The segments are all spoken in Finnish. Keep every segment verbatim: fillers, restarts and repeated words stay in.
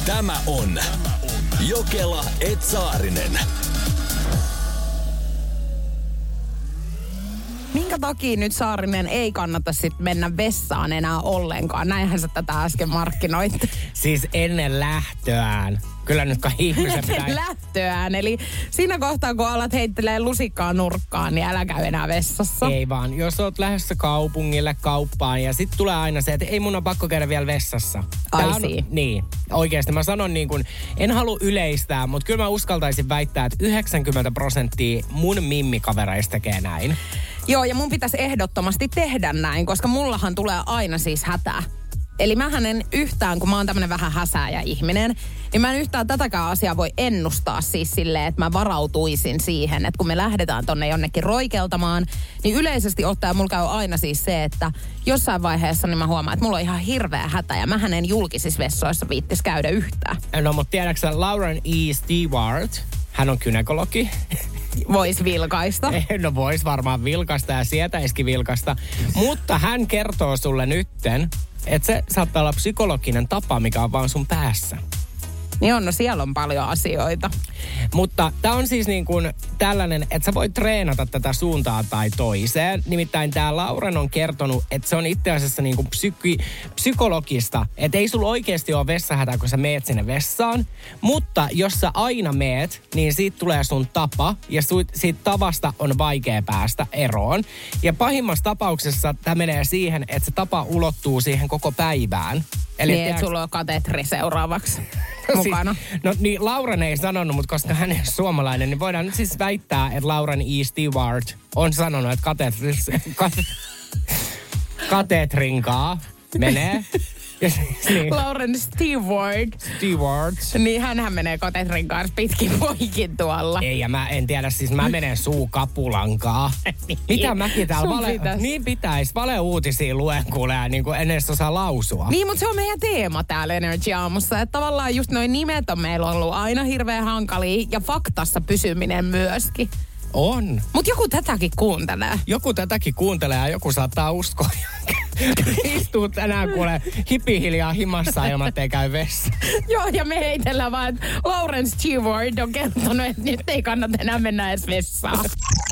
Tämä on Jokela et Saarinen. Minkä takia nyt Saarinen ei kannata sit mennä vessaan enää ollenkaan? Näinhän sä tätä äsken markkinoit. Siis ennen lähtöään. Kyllä nyt kai ihmisen pitää... Ennen lähtöään. Eli siinä kohtaa, kun alat heittelee lusikkaa nurkkaan, niin älä käy enää vessassa. Ei vaan. Jos oot lähdössä kaupungille kauppaan ja sit tulee aina se, että ei mun on pakko käydä vielä vessassa. Ai on, sii. Niin. Oikeesti mä sanon niin kuin, en halua yleistää, mutta kyllä mä uskaltaisin väittää, että yhdeksänkymmentä prosenttia mun mimmikavereista tekee näin. Joo, ja mun pitäisi ehdottomasti tehdä näin, koska mullahan tulee aina siis hätä. Eli mähän en yhtään, kun mä oon tämmönen vähän häsääjä ihminen, niin mä en yhtään tätäkään asiaa voi ennustaa siis silleen, että mä varautuisin siihen, että kun me lähdetään tonne jonnekin roikeltamaan, niin yleisesti ottaen mulla käy aina siis se, että jossain vaiheessa niin mä huomaan, että mulla on ihan hirveä hätä ja mähän en julkisissa vessoissa viittis käydä yhtään. No, mutta tiedätkö Lauren E. Stewart, hän on gynekologi. Vois vilkaista. No vois varmaan vilkaista ja sietäisikin vilkaista. Mutta hän kertoo sulle nytten, että se saattaa olla psykologinen tapa, mikä on vaan sun päässä. Niin on, no siellä on paljon asioita. Mutta tää on siis niin kuin tällainen, että sä voit treenata tätä suuntaan tai toiseen. Nimittäin tää Lauren on kertonut, että se on itse asiassa niin kuin psyki, psykologista. Että ei sulla oikeasti ole vessahätä, kun sä meet sinne vessaan. Mutta jos sä aina meet, niin siitä tulee sun tapa. Ja su, siitä tavasta on vaikea päästä eroon. Ja pahimmassa tapauksessa tää menee siihen, että se tapa ulottuu siihen koko päivään. Eli niin, että sulla on katetri seuraavaksi mukana. Siis, no niin, Lauren ei sanonut, mutta koska hän ei ole suomalainen, niin voidaan nyt siis väittää, että Lauren E. Stewart on sanonut, että katetris, kat, katetrinkaa menee. Ja siis, niin. Lauren Stewart. Stewart. Niin hänhän menee katetrin kanssa pitkin poikin tuolla. Ei, ja mä en tiedä, siis mä menen suukapulankaa. niin. Mitä mäkin täällä vale... Pitäis. Niin pitäis. Valeuutisia luen kuulee, niin kuin en edes osaa lausua. Niin, mutta se on meidän teema täällä Energy Aamussa. Että tavallaan just noin nimet on meillä ollut aina hirveän hankalia ja faktassa pysyminen myöskin. On. Mut joku tätäkin kuuntelee. Joku tätäkin kuuntelee ja joku saattaa uskoa. Istuu tänään kuule hipihiljaa himassa ilman, ettei käy vessa. Joo, ja me heitellään vaan, että Lauren Stewart on kertonut, että nyt ei kannata enää mennä edes vessaan.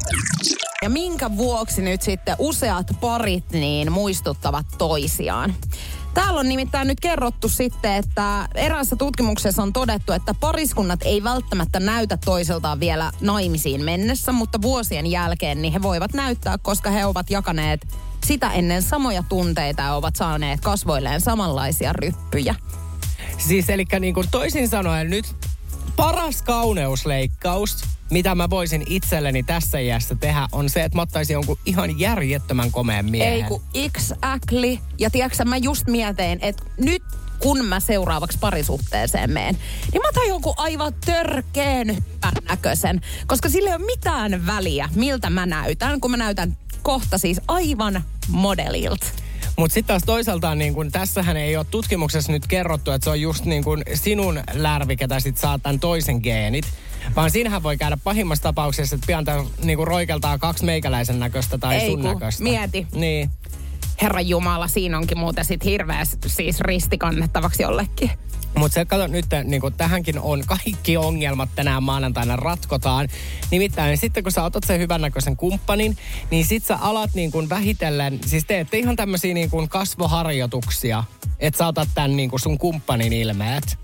Ja minkä vuoksi nyt sitten useat parit niin muistuttavat toisiaan? Täällä on nimittäin nyt kerrottu sitten, että eräässä tutkimuksessa on todettu, että pariskunnat ei välttämättä näytä toiseltaan vielä naimisiin mennessä, mutta vuosien jälkeen niin he voivat näyttää, koska he ovat jakaneet sitä ennen samoja tunteita ja ovat saaneet kasvoilleen samanlaisia ryppyjä. Siis eli niin kuin toisin sanoen nyt paras kauneusleikkaus, mitä mä voisin itselleni tässä iässä tehdä, on se, että mä ottaisin jonkun ihan järjettömän komeen miehen. Ei kun exactly. Ja tiedätkö, mä just mietin, että nyt kun mä seuraavaksi parisuhteeseen meen, niin mä otan jonkun aivan törkeen näköisen. Koska sillä ei ole mitään väliä, miltä mä näytän, kun mä näytän kohta siis aivan modelilta. Mutta sitten taas toisaalta, niin kun, tässähän ei ole tutkimuksessa nyt kerrottu, että se on just niin kun sinun lärvi, ketä sit saa tämän toisen geenit. Vaan siinähän voi käydä pahimmassa tapauksessa, että pian tämän, niin kun roikeltaa kaksi meikäläisen näköistä tai ei sun kun, näköistä. mieti. Niin. Herran Jumala, siinä onkin muuten sit hirveä siis ristikannettavaksi jollekin. Mutta se, kato nyt, niin kun tähänkin on kaikki ongelmat tänään maanantaina ratkotaan. Nimittäin sitten kun sä otat sen hyvännäköisen kumppanin, niin sit sä alat niin kun vähitellen, siis teette ihan tämmösiä niin kun kasvoharjoituksia, että sä otat tän niin kun sun kumppanin ilmeet.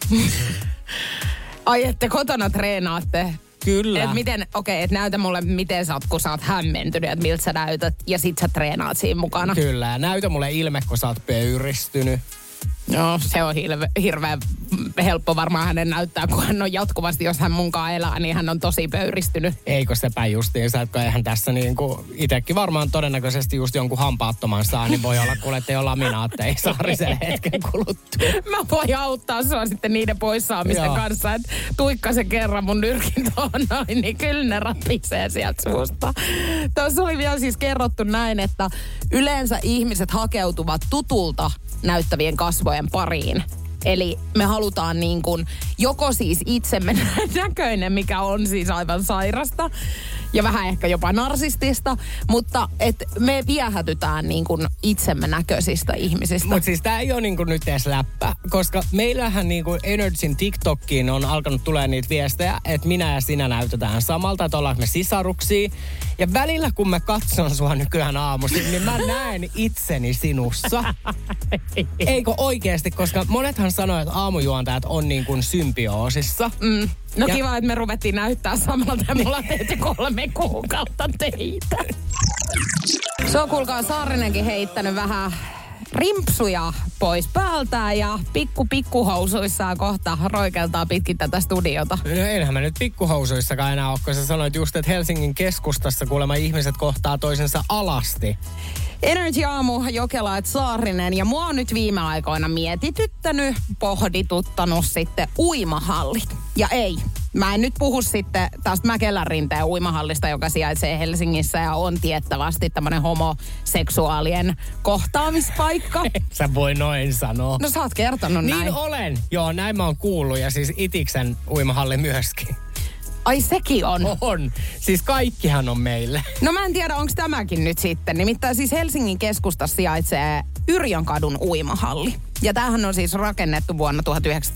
Ai, että kotona treenaatte. Kyllä. Et miten, okei, okay, että näytä mulle, miten sä oot, kun sä oot hämmentynyt, että miltä sä näytät, ja sit sä treenaat siinä mukana. Kyllä, ja näytä mulle ilme, kun sä oot pöyristynyt. No, se on hilve, hirveän helppo varmaan hänen näyttää, kun hän on jatkuvasti, jos hän munkaan elää, niin hän on tosi pöyristynyt. Eikö sepä justiinsa, että eihän tässä niinku, itekin varmaan todennäköisesti just jonkun hampaattoman saa, niin voi olla, kuule, että ei ole laminaatteja Saariselle hetken kuluttua. Mä voin auttaa sua sitten niiden poissaamisten Joo. kanssa, että tuikka se kerran mun nyrkin tuohon noin, niin kyllä ne rapisee sieltä suusta. Tuossa oli vielä siis kerrottu näin, että yleensä ihmiset hakeutuvat tutulta näyttävien kasvojen pariin. Eli me halutaan niin kuin joko siis itsemme näköinen, mikä on siis aivan sairasta. ja vähän ehkä jopa narsistista, mutta et me viehätytään niin kuin itsemme näköisistä ihmisistä. Mutta siis tää ei ole niinku nyt edes läppä, koska meillähän niinku Energyn TikTokkiin on alkanut tulee niitä viestejä, että minä ja sinä näytetään samalta, että ollaan me sisaruksia. Ja välillä kun mä katson sua nykyään aamuisin, niin mä näen itseni sinussa. Eikö oikeasti, koska monethan sanoo, että aamujuontajat on niin kuin symbioosissa. Mm. No ja... kiva, että me ruvettiin näyttää samalta ja me ollaan tehty kolme kuukautta teitä. Se on kuulkaa Saarinenkin heittänyt vähän rimpsuja pois päältään ja pikku pikkuhousuissaan kohta roikeltaa pitkin tätä studiota. No enhän mä nyt pikkuhousuissakaan enää ole, kun sä sanoit just, että Helsingin keskustassa kuulemma ihmiset kohtaa toisensa alasti. Energy Aamu, Jokela et Saarinen, ja mua on nyt viime aikoina mietityttänyt, pohdituttanut sitten uimahallit. Ja ei, mä en nyt puhu sitten tästä Mäkelän rinteen uimahallista, joka sijaitsee Helsingissä ja on tiettävästi tämmönen homoseksuaalien kohtaamispaikka. Sä voi noin sanoa. No sä oot kertonut niin näin. Niin olen. Joo, näin mä oon kuullut ja siis Itiksen uimahalli myöskin. Ai sekin on? On. Siis kaikkihan on meille. No mä en tiedä, onko tämäkin nyt sitten. Nimittäin siis Helsingin keskustassa sijaitsee Yrjönkadun uimahalli. Ja tämähän on siis rakennettu vuonna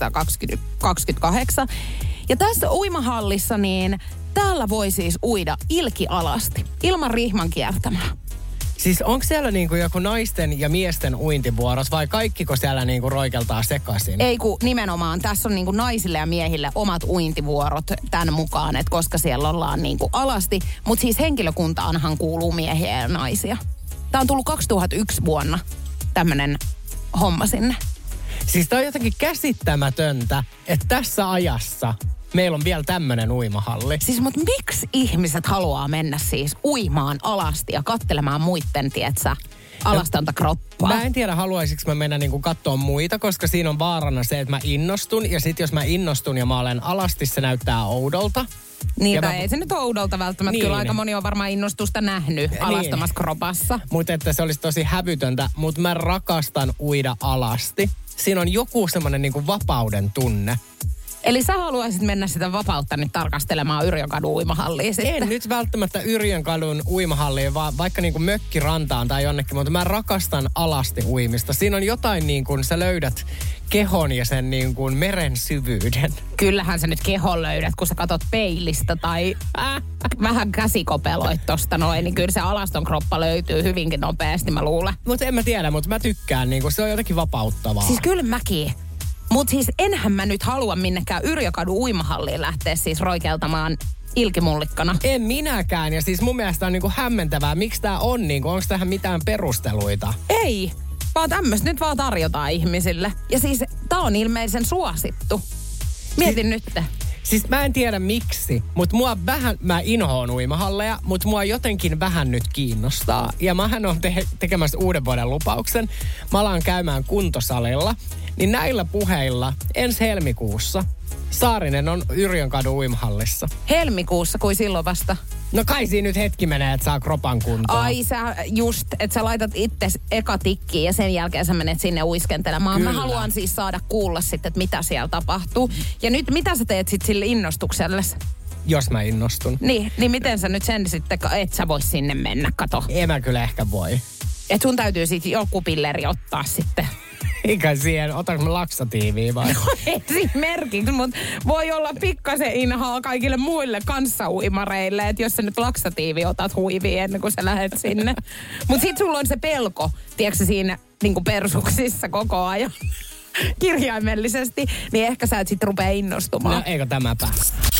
tuhatyhdeksänsataakaksikymmentäkahdeksan. Ja tässä uimahallissa niin täällä voi siis uida ilkialasti, ilman rihman kiertämää. Siis onko siellä niinku joku naisten ja miesten uintivuoros vai kaikkiko siellä niinku roikeltaa sekaisin? Ei kun nimenomaan. Tässä on niinku naisille ja miehille omat uintivuorot tämän mukaan, että koska siellä ollaan niinku alasti. Mutta siis henkilökuntaanhan kuuluu miehiä ja naisia. Tämä on tullut kaksituhattayksi vuonna tämmöinen homma sinne. Siis tämä on jotenkin käsittämätöntä, että tässä ajassa meillä on vielä tämmöinen uimahalli. Siis mut miksi ihmiset haluaa mennä siis uimaan alasti ja katselemaan muitten, tietsä, alastonta kroppaa? Mä en tiedä, haluaisinko mä mennä niinku katsoa muita, koska siinä on vaarana se, että mä innostun. Ja sit jos mä innostun ja mä olen alasti, se näyttää oudolta. Niin, tai mä... ei se nyt oudolta välttämättä. Niin. Kyllä aika moni on varmaan innostusta nähnyt alastomassa niin. kropassa. Mutta että se olisi tosi hävytöntä, mutta mä rakastan uida alasti. Siinä on joku semmoinen niinku vapauden tunne. Eli sä haluaisit mennä sitä vapautta nyt tarkastelemaan Yrjönkadun uimahalliin sitten? En nyt välttämättä Yrjönkadun uimahalliin, vaan vaikka niinku mökkirantaan tai jonnekin, mutta mä rakastan alasti uimista. Siinä on jotain niin kuin sä löydät kehon ja sen niin kuin meren syvyyden. Kyllähän sä nyt kehon löydät, kun sä katot peilistä tai äh, vähän käsikopeloit tosta noin, niin kyllä se alaston kroppa löytyy hyvinkin nopeasti, mä luulen. Mutta en mä tiedä, mutta mä tykkään, niin kuin se on jotenkin vapauttavaa. Siis kyllä mäkin. Mutta siis enhän mä nyt halua minnekään Yrjönkadun uimahalliin lähteä siis roikeltamaan ilkimullikkana. En minäkään. Ja siis mun mielestä on niinku hämmentävää. Miksi tää on niinku? Onko tähän mitään perusteluita? Ei. Vaan tämmöistä nyt vaan tarjotaan ihmisille. Ja siis tää on ilmeisen suosittu. Mietin si- nyt. Siis mä en tiedä miksi, mutta mua vähän, mä inhoon uimahalleja, mutta mua jotenkin vähän nyt kiinnostaa. Ja mähän on te- tekemässä uuden vuoden lupauksen. Mä alan käymään kuntosalilla. Niin näillä puheilla ensi helmikuussa Saarinen on Yrjönkadun uimahallissa. Helmikuussa, kuin silloin vasta? No kai siinä nyt hetki menee, että saa kropan kuntoon. Ai sä just, että sä laitat itse eka tikkiin ja sen jälkeen sä menet sinne uiskentelemaan. Kyllä. Mä haluan siis saada kuulla sitten, että mitä siellä tapahtuu. Ja nyt mitä sä teet sitten sille innostukselle? Jos mä innostun. Niin, niin miten sä nyt sen sitten, et sä vois sinne mennä, kato. En mä kyllä ehkä voi. Et sun täytyy sitten joku pilleri ottaa sitten. Eikä siihen, otanko mä laksatiiviä vai? No esimerkiksi, mutta voi olla pikkasen inhaa kaikille muille kanssauimareille, että jos sä nyt laksatiivi otat huiviin ennen kuin sä lähdet sinne. Mutta sit sulla on se pelko, tiedätkö siinä niinku persuksissa koko ajan kirjaimellisesti, niin ehkä sä et sit rupea innostumaan. No eikö tämäpä?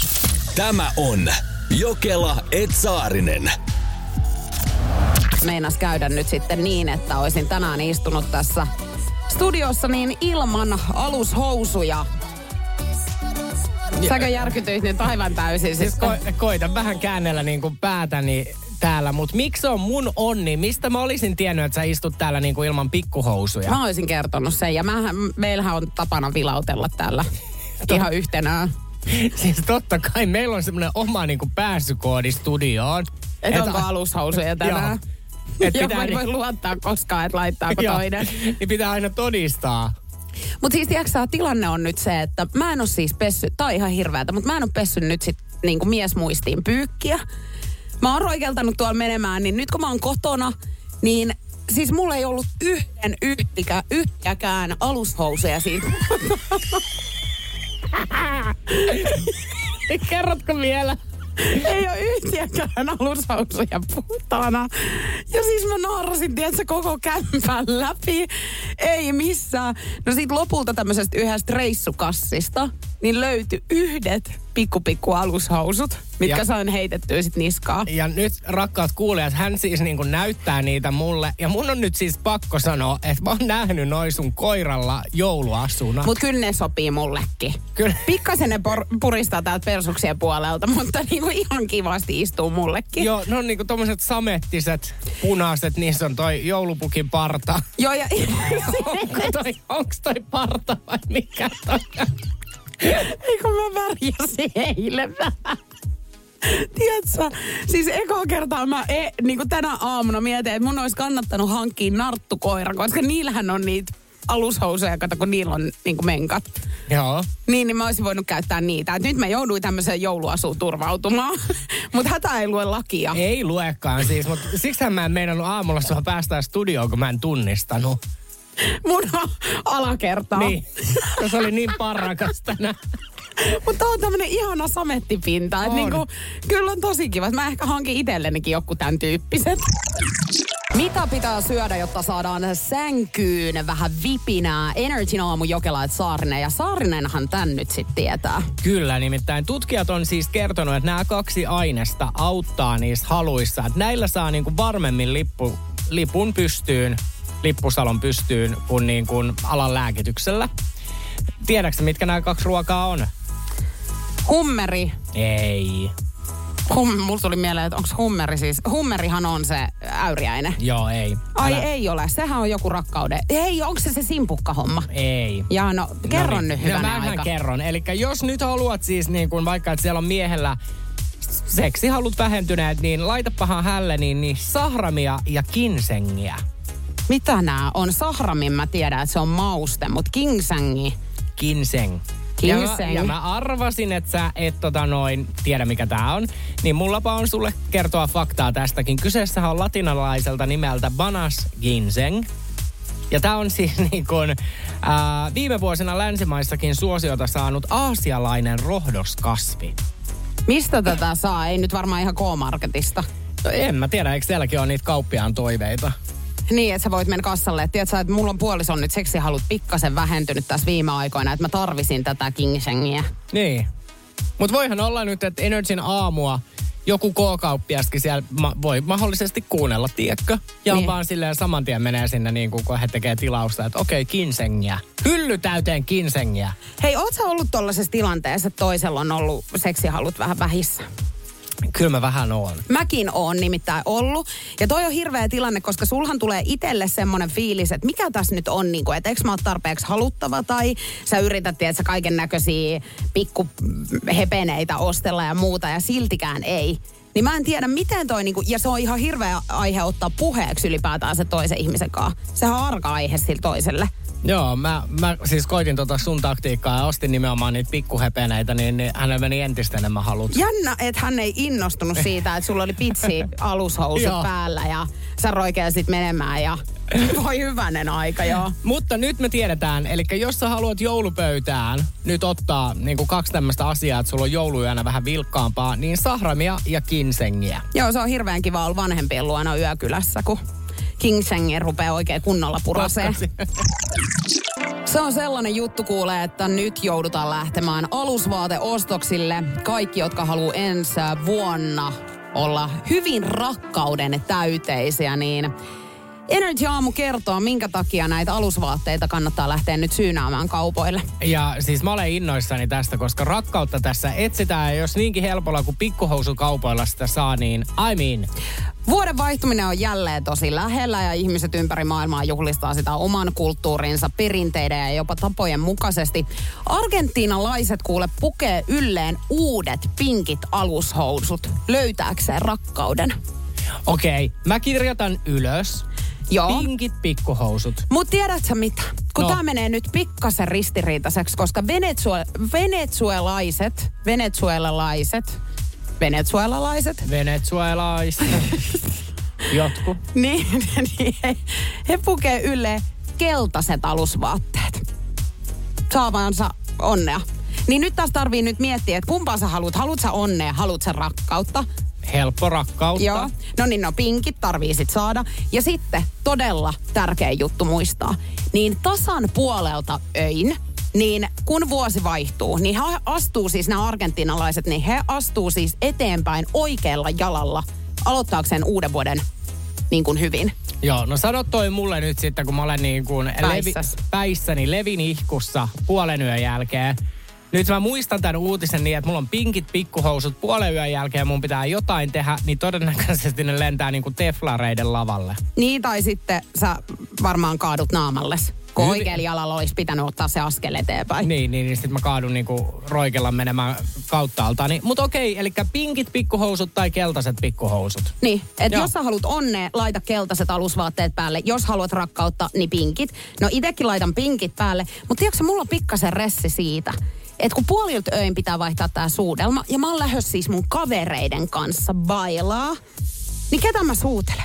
Tämä on Jokela et Saarinen. Meinas käydä nyt sitten niin, että olisin tänään istunut tässä studiossa niin ilman alushousuja. Säkö järkytyit nyt aivan täysin? Siis ko- koitan vähän käännellä niin kuin päätäni täällä, mutta miksi on mun onni? Mistä mä olisin tiennyt, että sä istut täällä niin kuin ilman pikkuhousuja? Mä olisin kertonut sen ja mähän, meillähän on tapana vilautella täällä ihan yhtenään. Siis totta kai, meillä on semmoinen oma niin kuin pääsykoodi studioon. Et, et onko alushousuja tänään? Et ja pitää, mä en voi luottaa koskaan, että laittaako toinen. Niin pitää aina todistaa. Mutta siis tiiäksä, tilanne on nyt se, että mä en ole siis pessy, tää on ihan hirveätä, mutta mä en ole pessy nyt sit niinku miesmuistiin pyykkiä. mä oon roikeltanut tuolla menemään, niin nyt kun mä oon kotona, niin siis mulla ei ollut yhden yhtikä, yhtäkään alushousuja siitä. Kerrotko vielä? Ei ole yhtiäkään alushousuja puhtana. Ja siis mä naarasin, tiedätkö, koko kämpän läpi. Ei missään. No sit lopulta tämmöisestä yhdestä reissukassista, niin löytyi yhdet pikku pikku alushousut, mitkä ja, sain heitettyä sit niskaan. Ja nyt rakkaat kuulijat, hän siis niin kuin näyttää niitä mulle. Ja mun on nyt siis pakko sanoa, että mä oon nähnyt noi sun koiralla jouluasuna. Mut kyllä ne sopii mullekin. Kyllä. Pikkasen ne por- puristaa täältä persuksien puolelta, mutta niinku ihan kivasti istuu mullekin. Joo, ne on niinku tommoset samettiset, punaiset, niissä on toi joulupukin parta. Joo, ja... onko toi, onks toi parta vai mikä toi? Eikö mä värjäsin eilen vähän? Tiedätkö, siis ekaa kertaa mä e, niin kuin tänä aamuna mietin, että mun olisi kannattanut hankkia narttukoira, koska niillähän on niitä alushousuja, kato kun niillä on niin kuin menkat. Joo. Niin, niin mä olisin voinut käyttää niitä. Et nyt mä jouduin tämmöiseen jouluasuun turvautumaan. Mutta hätä ei lue lakia. Ei luekaan siis, mutta siksihän mä en meinannut aamulla sua päästään studioon, kun mä en tunnistanut. Mun alakertaa. Niin, se oli niin parrakas tänään. Mutta on tämmönen ihana samettipinta. Että niinku, kyllä on tosi kiva. Mä ehkä hankin itsellenikin joku tämän tyyppiset. Mitä pitää syödä, jotta saadaan sänkyyn vähän vipinää? Energin aamu Jokela et Saarinen. Ja Saarinenhan tän nyt sit tietää. Kyllä, nimittäin tutkijat on siis kertonut, että nämä kaksi ainesta auttaa niissä haluissa. Että näillä saa niinku varmemmin lippu, lipun pystyyn, lippusalon pystyyn kuin, niin kuin alan lääkityksellä. Tiedätkö, mitkä nämä kaksi ruokaa on? Hummeri. Ei. Hum, mulla tuli mieleen, että onko hummeri siis... Hummerihan on se äyriäinen. Joo, ei. Ai Älä... ei ole, sehän on joku rakkauden. Ei, onko se se simpukka-homma? Ei. Ja no, kerron no niin. nyt hyvänä no, aika. kerron. Eli jos nyt haluat siis niin kuin vaikka, että siellä on miehellä seksi halut vähentyneet, niin laitapahan hälle niin, niin sahramia ja kinsengiä. Mitä nää on? Sahramin mä tiedän, että se on mauste, mutta kinsengi. Ginseng. Ginseng. Ja mä, ja mä arvasin, että sä et tota noin tiedä mikä tää on. Niin mullapa on sulle kertoa faktaa tästäkin. Kyseessähän on latinalaiselta nimeltä Banas ginseng. Ja tää on siis niin kuin ää, viime vuosina länsimaissakin suosiota saanut aasialainen rohdoskasvi. Mistä tätä saa? Ei nyt varmaan ihan K-Marketista. No en mä tiedä, eikö sielläkin ole niitä kauppiaan toiveita? Niin, että sä voit mennä kassalle. Et tiedät sä, että mulla on puolison nyt seksihalut pikkasen vähentynyt tässä viime aikoina, että mä tarvisin tätä ginsengiä. Niin. Mut voihan olla nyt, että Energin aamua joku K-kauppiaskin siellä ma- voi mahdollisesti kuunnella, tiedätkö? Ja niin. vaan silleen saman tien menee sinne niin kuin, kun he tekee tilausta, että okei, okay, ginsengiä. Hylly täyteen ginsengiä. Hei, oot sä ollut tollaisessa tilanteessa, että toisella on ollut seksihalut vähän vähissä? Kyllä mä vähän oon. Mäkin oon nimittäin ollut. Ja toi on hirveä tilanne, koska sulhan tulee itselle semmoinen fiilis, että mikä tässä nyt on, niin kuin, että eikö mä oon tarpeeksi haluttava tai sä yrität, että sä kaiken näköisiä pikkuhepeneitä ostella ja muuta ja siltikään ei. Niin mä en tiedä, miten toi, niinku, ja se on ihan hirveä aihe ottaa puheeksi ylipäätään se toisen ihmisen kanssa. Sehän on arka aihe sille toiselle. Joo, mä, mä siis koitin tota sun taktiikkaa ja ostin nimenomaan niitä pikkuhepeneitä, niin, niin hänellä meni entistä enemmän halut. Jännä, että hän ei innostunut siitä, että sulla oli pitsi alushousut päällä ja sä roikeasit menemään ja voi hyvänen aika, joo. Mutta nyt me tiedetään, eli jos sä haluat joulupöytään nyt ottaa niin kuin kaksi tämmöistä asiaa, että sulla on jouluyönä vähän vilkkaampaa, niin sahramia ja kinsengiä. Joo, se on hirveän kiva olla vanhempien luona yökylässä, kun ginsengin rupeaa oikein kunnolla puraseen. Se on sellainen juttu kuulee, että nyt joudutaan lähtemään alusvaateostoksille. Kaikki, jotka haluaa ensi vuonna olla hyvin rakkauden täyteisiä, niin Energy Aamu kertoo, minkä takia näitä alusvaatteita kannattaa lähteä nyt syynäämään kaupoille. Ja siis mä olen innoissani tästä, koska rakkautta tässä etsitään. Ja jos niinkin helpolla kuin pikkuhousukaupoilla sitä saa, niin I mean. Vuoden vaihtuminen on jälleen tosi lähellä ja ihmiset ympäri maailmaa juhlistaa sitä oman kulttuurinsa, perinteiden ja jopa tapojen mukaisesti. Argentiinalaiset kuule pukee ylleen uudet pinkit alushousut löytääkseen rakkauden. Okei, okay, mä kirjoitan ylös. Joo. Pinkit pikkuhousut. Mut tiedätkö mitä? Kun no. tää menee nyt pikkasen ristiriitaiseksi, koska venetsue- venezuelaiset, venezuelalaiset, venezuelalaiset. Venezuelaiset. Jotkut. Niin, niin he, he pukee ylleen keltaiset alusvaatteet. Saavansa onnea. Niin nyt taas tarvii nyt miettiä, että kumpaa sä haluat. Haluat sä onnea, haluat sä rakkautta? Helppo rakkautta. Joo. No niin, no pinkit tarvii sit saada. Ja sitten todella tärkeä juttu muistaa. Niin tasan puolelta öin, niin kun vuosi vaihtuu, niin he astuu siis, nämä argentiinalaiset, niin he astuu siis eteenpäin oikealla jalalla aloittaakseen uuden vuoden niin kuin hyvin. Joo, no sano toi mulle nyt sitten, kun mä olen niin kuin levi, päissäni levin ihkussa puolen yön jälkeen. Nyt mä muistan tämän uutisen niin, että mulla on pinkit pikkuhousut puolen yön jälkeen ja mun pitää jotain tehdä, niin todennäköisesti ne lentää niin kuin teflareiden lavalle. Niin, tai sitten sä varmaan kaadut naamalles, kun Hyvin. oikealla jalalla olisi pitänyt ottaa se askel eteenpäin. Niin, niin, niin sitten mä kaadun niinku roikella menemään kauttaaltani. Mutta okei, eli pinkit pikkuhousut tai keltaiset pikkuhousut. Niin, että jos sä haluat onnea, laita keltaiset alusvaatteet päälle. Jos haluat rakkautta, niin pinkit. No itekin laitan pinkit päälle, mutta tiedätkö, mulla on pikkasen ressi siitä, että kun puolilta öin pitää vaihtaa tää suudelma, ja mä oon lähdössä siis mun kavereiden kanssa bailaa, niin ketä mä suutelen?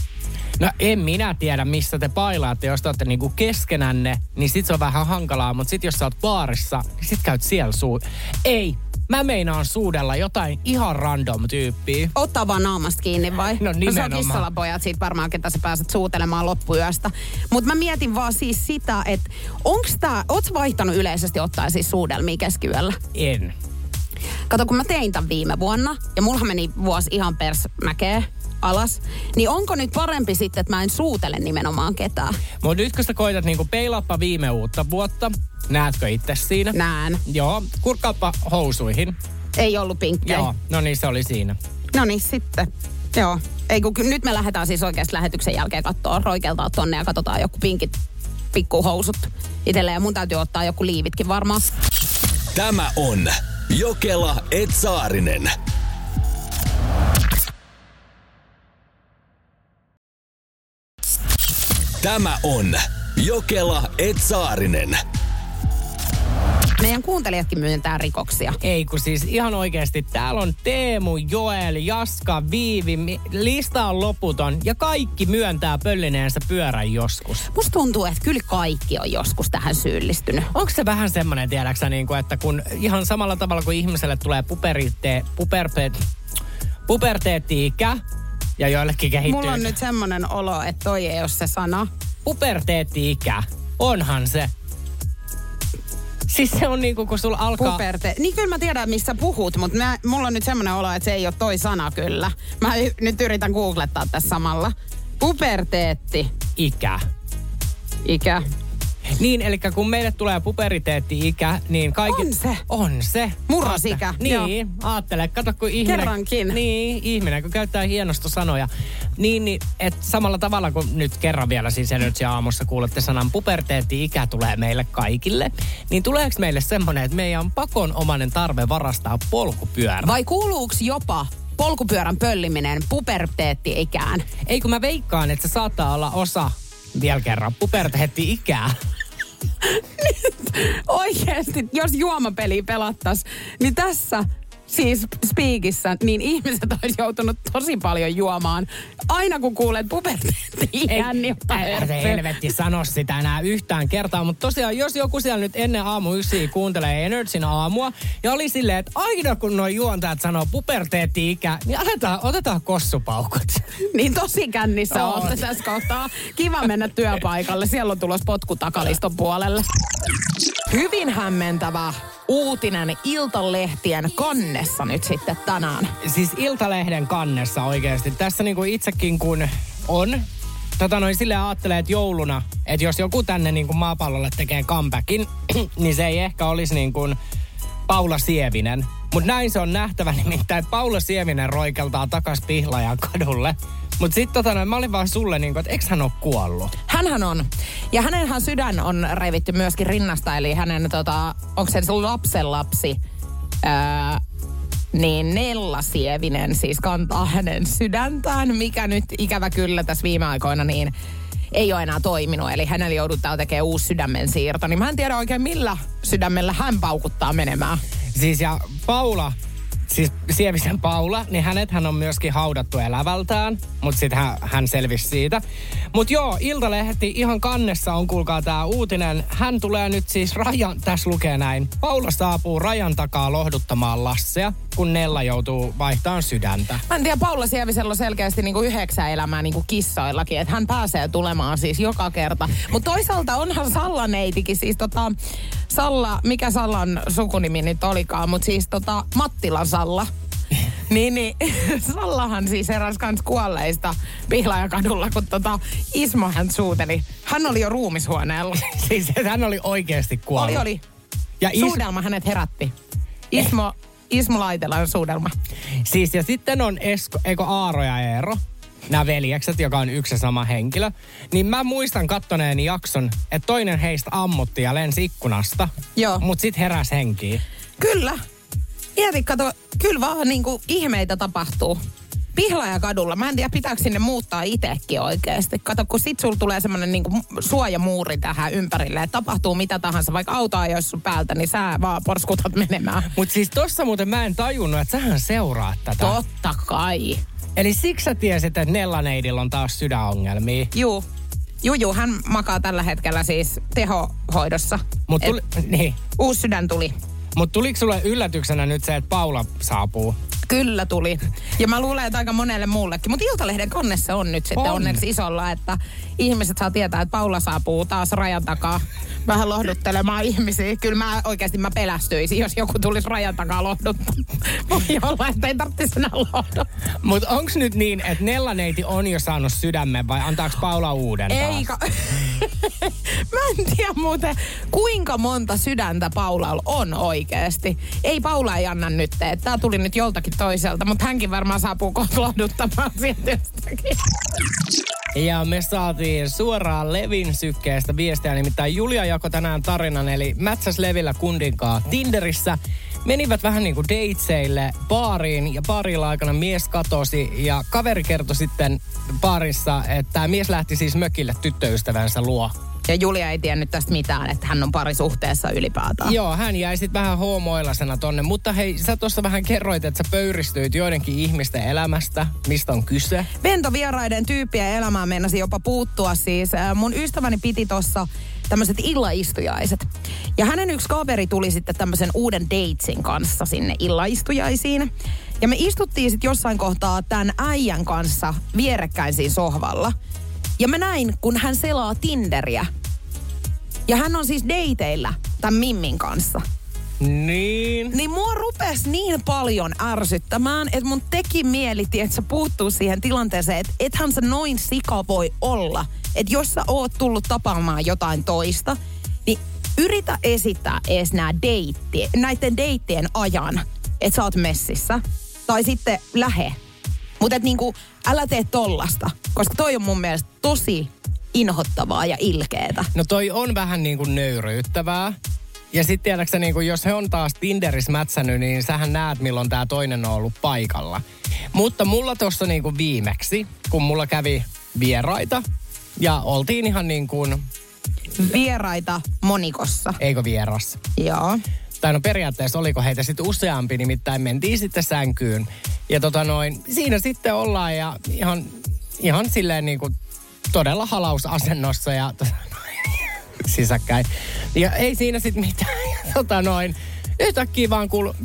No en minä tiedä, missä te bailaatte. Jos te olette niinku keskenänne, niin sit se on vähän hankalaa. Mutta sit jos sä oot baarissa, niin sit käyt siellä suu... Ei, mä meinaan suudella jotain ihan random tyyppiä. Ottaa vaan naamasta kiinni vai? No nimenomaan. No se on kissalapojat siitä varmaan, ketä sä pääset suutelemaan loppuyöstä. Mutta mä mietin vaan siis sitä, että onks tää... Oot sä vaihtanut yleisesti ottaa siis suudelmia keskiyöllä? En. Kato, kun mä tein tämän viime vuonna, ja mulla meni vuosi ihan persmäkeä alas, niin onko nyt parempi sitten, että mä en suutele nimenomaan ketään? Mutta nyt kun sä koitat niinku peilaappa viime uutta vuotta, näetkö itse siinä? Näen. Joo, kurkkaappa housuihin. Ei ollut pinkkejä. Joo, no niin se oli siinä. No niin sitten. Joo. Ei kun nyt me lähdetään siis oikeasti lähetyksen jälkeen katsoa, roikeltaa tonne ja katsotaan joku pinkit pikkuhousut itselleen. Ja mun täytyy ottaa joku liivitkin varmaan. Tämä on Jokela et Saarinen. Tämä on Jokela et Saarinen. Meidän kuuntelijatkin myöntää rikoksia. Ei kun siis ihan oikeasti. Täällä on Teemu, Joel, Jaska, Viivi. Lista on loputon ja kaikki myöntää pöllineensä pyörän joskus. Musta tuntuu, että kyllä kaikki on joskus tähän syyllistynyt. Onko se vähän semmoinen, tiedäksä, niin kuin, että kun ihan samalla tavalla kuin ihmiselle tulee puberite, puberpeet, puberteetti-ikä ja joillekin kehittyy... Mulla on nyt semmoinen olo, että toi ei ole se sana. Puberteetti-ikä. Onhan se. Siis se on niinku, kun sulla alkaa... Puperte. Niin kyllä mä tiedän, missä puhut, mutta mä, mulla on nyt semmoinen olo, että se ei ole toi sana kyllä. Mä y- nyt yritän googlettaa tässä samalla. Puberteetti. Ikä. Ikä. Niin, eli kun meille tulee puberteetti-ikä, niin kaikki... On se. On se. Murrosikä. Niin, aattele. Kato, kun ihminen... Kerrankin. Niin, ihminen, kun käyttää hienostusanoja. Niin, niin että samalla tavalla kuin nyt kerran vielä siis Energy aamussa kuulette sanan puberteetti-ikä tulee meille kaikille, niin tuleeko meille semmoinen, että meidän on pakonomainen tarve varastaa polkupyörä? Vai kuuluuko jopa polkupyörän pölliminen puberteetti-ikään? Ei, kun mä veikkaan, että se saattaa olla osa, vielä kerran, puberteetti-ikää. Oikeesti, jos juomapeliä pelattais, niin tässä siis Speakissä, niin ihmiset olisi joutunut tosi paljon juomaan. Aina kun kuulet puberteetti-ikään, niin älä helvetti sano sitä enää yhtään kertaa. Mutta tosiaan, jos joku siellä nyt ennen aamu ysiä kuuntelee Energyn aamua ja oli silleen, että aina kun nuo juontajat sanoo puberteetti-ikä, niin aletaan, otetaan kossupaukut. Niin tosi kännissä Oot. ootte tässä kohtaa. Kiva mennä työpaikalle. Siellä on tulos potku takaliston puolelle. Hyvin hämmentävä uutinen Iltalehtien kannessa nyt sitten tänään. Siis Iltalehden kannessa oikeasti. Tässä niin kuin itsekin kun on, tota noin silleen ajattelee, että jouluna, että jos joku tänne niin kuin maapallolle tekee comebackin, niin se ei ehkä olisi niin kuin Paula Sievinen. Mutta näin se on nähtävä, nimittäin Paula Sievinen roikeltaa takas Pihlajan kadulle. Mutta sitten tota noin, mä olin vaan sulle niin kuin, että eikö hän ole kuollut? Hänhän on. Ja hänenhän sydän on revitty myöskin rinnasta, eli hänen, tota, onko se lapsen lapsi, ää, niin Nella Sievinen siis kantaa hänen sydäntään, mikä nyt ikävä kyllä tässä viime aikoina niin ei ole enää toiminut. Eli hänelle joudutaan tekemään uusi sydämen siirto. Niin mä en tiedä oikein millä sydämellä hän paukuttaa menemään. Siis ja Paula siis Sievisen Paula, niin hänethän on myöskin haudattu elävältään, mutta sitten hän, hän selvisi siitä. Mutta joo, Iltalehti ihan kannessa on, kuulkaa tää uutinen. Hän tulee nyt siis rajan, tässä lukee näin. Paula saapuu rajan takaa lohduttamaan Lassea, kun Nella joutuu vaihtamaan sydäntä. Mä en tiedä, Paula Sievisellä on selkeästi niinku yhdeksän elämää niinku kissoillakin, että hän pääsee tulemaan siis joka kerta. Mutta toisaalta onhan Salla neitikin, siis tota, Salla, mikä Sallan sukunimi nyt olikaan, mutta siis tota Mattilan Salla. Niin, niin Sallahan siis eräs kans kuolleista Pihlajakadulla, kun tota Ismo hän suuteli. Hän oli jo ruumishuoneella. Siis hän oli oikeasti kuollut. Oli, oli. Ja is... Suudelma hänet herätti. Ismo, Ismo Laitelan suudelma. Siis ja sitten on Esko, eikö Aaro ja Eero, nämä veljekset, joka on yksi ja sama henkilö. Niin mä muistan kattoneeni jakson, että toinen heistä ammutti ja lensi ikkunasta. Joo. Mut sit heräs henkiin. Kyllä. Mieti, kato, kyllä vaan niinku ihmeitä tapahtuu. Pihlajakadulla. Mä en tiedä, pitääkö sinne muuttaa itsekin oikeasti. Kato, kun sit sulla tulee semmonen niinku suojamuuri tähän ympärille, että tapahtuu mitä tahansa. Vaikka auto ajoisi sun päältä, niin sä vaan porskutat menemään. Mut siis tossa muuten mä en tajunnut, että sähän seuraat tätä. Totta kai. Eli siksi sä tiesit, että Nellaneidillä on taas sydänongelmia. Juu. Juu, juu, hän makaa tällä hetkellä siis tehohoidossa. Mut tuli, niin. Uusi sydän tuli. Mutta tuliko sulle yllätyksenä nyt se, että Paula saapuu? Kyllä tuli. Ja mä luulen, että aika monelle muullekin. Mutta Iltalehden kannessa on nyt sitten on. onneksi isolla, että ihmiset saa tietää, että Paula saapuu taas rajan takaa vähän lohduttelemaan ihmisiä. Kyllä mä oikeasti mä pelästyisin, jos joku tulisi rajan takaa lohduttaa. Voi olla, että ei tarvitsisi enää lohduttaa. Mutta onko nyt niin, että Nellaneiti on jo saanut sydämen vai antaako Paula uuden taas? Eikä. Mä en tiedä muuten, kuinka monta sydäntä Paulalla on oikeasti. Ei Paula ei anna nyt, että tää tuli nyt joltakin toiselta, mutta hänkin varmaan saapuu kohta lohduttamaan sieltä jostakin. Ja me saatiin suoraan Levin sykkeestä viestiä, nimittäin Julia jakoi tänään tarinan, eli mätsäs Levillä kundinkaa Tinderissä. Menivät vähän niin kuin dateseille baariin ja baarilla aikana mies katosi ja kaveri kertoi sitten baarissa, että tämä mies lähti siis mökille tyttöystävänsä luo. Ja Julia ei tiennyt tästä mitään, että hän on parisuhteessa ylipäätään. Joo, hän jäi sitten vähän hoomoilasena tonne. Mutta hei, sä tuossa vähän kerroit, että sä pöyristyit joidenkin ihmisten elämästä. Mistä on kyse? Ventovieraiden tyyppiä elämään meinasi jopa puuttua siis. Mun ystäväni piti tuossa tämmöiset illaistujaiset. Ja hänen yksi kaveri tuli sitten tämmöisen uuden datesin kanssa sinne illaistujaisiin. Ja me istuttiin sitten jossain kohtaa tämän äijän kanssa vierekkäin siinä sohvalla. Ja mä näin, kun hän selaa Tinderiä. Ja hän on siis dateilla tämän Mimmin kanssa. Niin. Niin mua rupesi niin paljon ärsyttämään, että mun teki mieli, että sä puuttuu siihen tilanteeseen, että ethän sä noin sika voi olla. Että jos sä oot tullut tapaamaan jotain toista, niin yritä esittää edes nää deitti, näiden deittien ajan, että sä oot messissä. Tai sitten lähe. Mutta et niinku, älä tee tollasta, koska toi on mun mielestä tosi inhottavaa ja ilkeetä. No toi on vähän niinku nöyryyttävää. Ja sit tiedäksä, niinku, jos he on taas Tinderissä mätsännyt, niin sähän näet, milloin tää toinen on ollut paikalla. Mutta mulla tossa niinku viimeksi, kun mulla kävi vieraita, ja oltiin ihan niin kuin... Vieraita monikossa. Eikö vieras? Joo. Tai no periaatteessa oliko heitä sitten useampi, nimittäin mentiin sitten sänkyyn. Ja tota noin, siinä sitten ollaan ja ihan, ihan silleen niin kuin todella halausasennossa ja tota noin, sisäkkäin. Ja ei siinä sitten mitään. Ja tota noin, yhtäkkiä vaan kuuluu...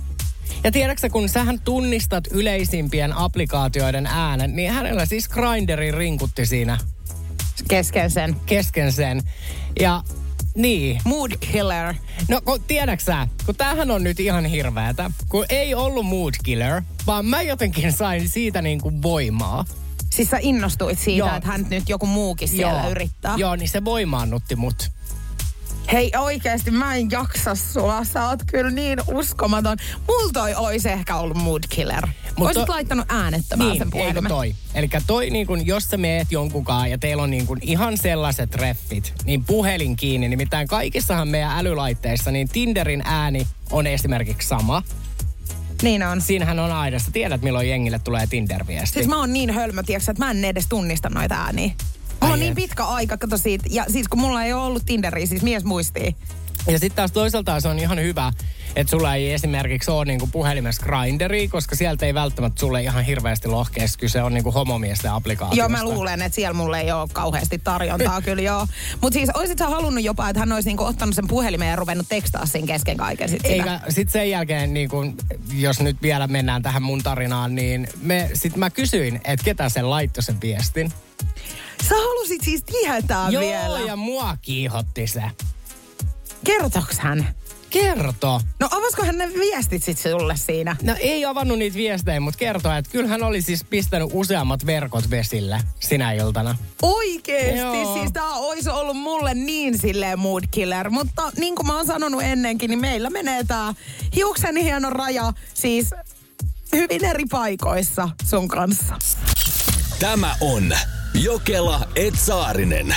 Ja tiedätkö, kun sähän tunnistat yleisimpien applikaatioiden äänen, niin hänellä siis Grinderi rinkutti siinä. Kesken sen. Kesken sen. Ja niin. Mood killer. No kun tiedätkö sä, kun tämähän on nyt ihan hirveätä, kun ei ollut mood killer, vaan mä jotenkin sain siitä niinku voimaa. Siis sä innostuit siitä, Joo. että hän nyt joku muukin siellä Joo. yrittää. Joo, niin se voimaannutti mut. Hei oikeesti, mä en jaksa sua. Sä oot kyllä niin uskomaton. Mulla toi ois ehkä ollut mood killer. Mut Oisit to... laittanut äänettömään niin, sen puhelimen. Eikö toi? Elikkä toi niin kun, jos sä meet jonkunkaan ja teillä on niin kun ihan sellaiset treffit, niin puhelin kiinni. Nimittäin kaikissahan meidän älylaitteissa, niin Tinderin ääni on esimerkiksi sama. Niin on. Siinähän on aina. Sä tiedät, milloin jengille tulee Tinder-viesti. Siis mä oon niin hölmö, tiiäksä, että mä en edes tunnista noita ääniä. Mulla on niin pitkä aika, kato siitä. Ja siis kun mulla ei ole ollut Tinderiä, siis mies muistii. Ja sitten taas toisaalta se on ihan hyvä, että sulla ei esimerkiksi ole niinku puhelimessa Grinderi, koska sieltä ei välttämättä sulle ihan hirveästi lohkeessa, kyse on niinku homomiesten applikaatiosta. Joo, mä luulen, että siellä mulle ei ole kauheasti tarjontaa kyllä joo. Mutta siis oisit sä halunnut jopa, että hän olisi niinku ottanut sen puhelimen ja ruvennut tekstaa siinä kesken kaiken sit sitä? Eikä, sit sen jälkeen, niinku, jos nyt vielä mennään tähän mun tarinaan, niin me, sit mä kysyin, että ketä sen laittoi sen viestin. Sä halusit siis tietää Joo, vielä? Joo, ja mua kiihotti se. Kertoks hän? Kerto. No avasko hän ne viestit sit sulle siinä? No ei avannut niitä viestejä, mutta kertoo, että kyllä hän oli siis pistänyt useammat verkot vesille sinä iltana. Oikeesti? Joo. Siis tää olisi ollut mulle niin silleen mood killer. Mutta niin kuin mä oon sanonut ennenkin, niin meillä menee tää hiuksen hieno raja siis hyvin eri paikoissa sun kanssa. Tämä on Jokela et Saarinen.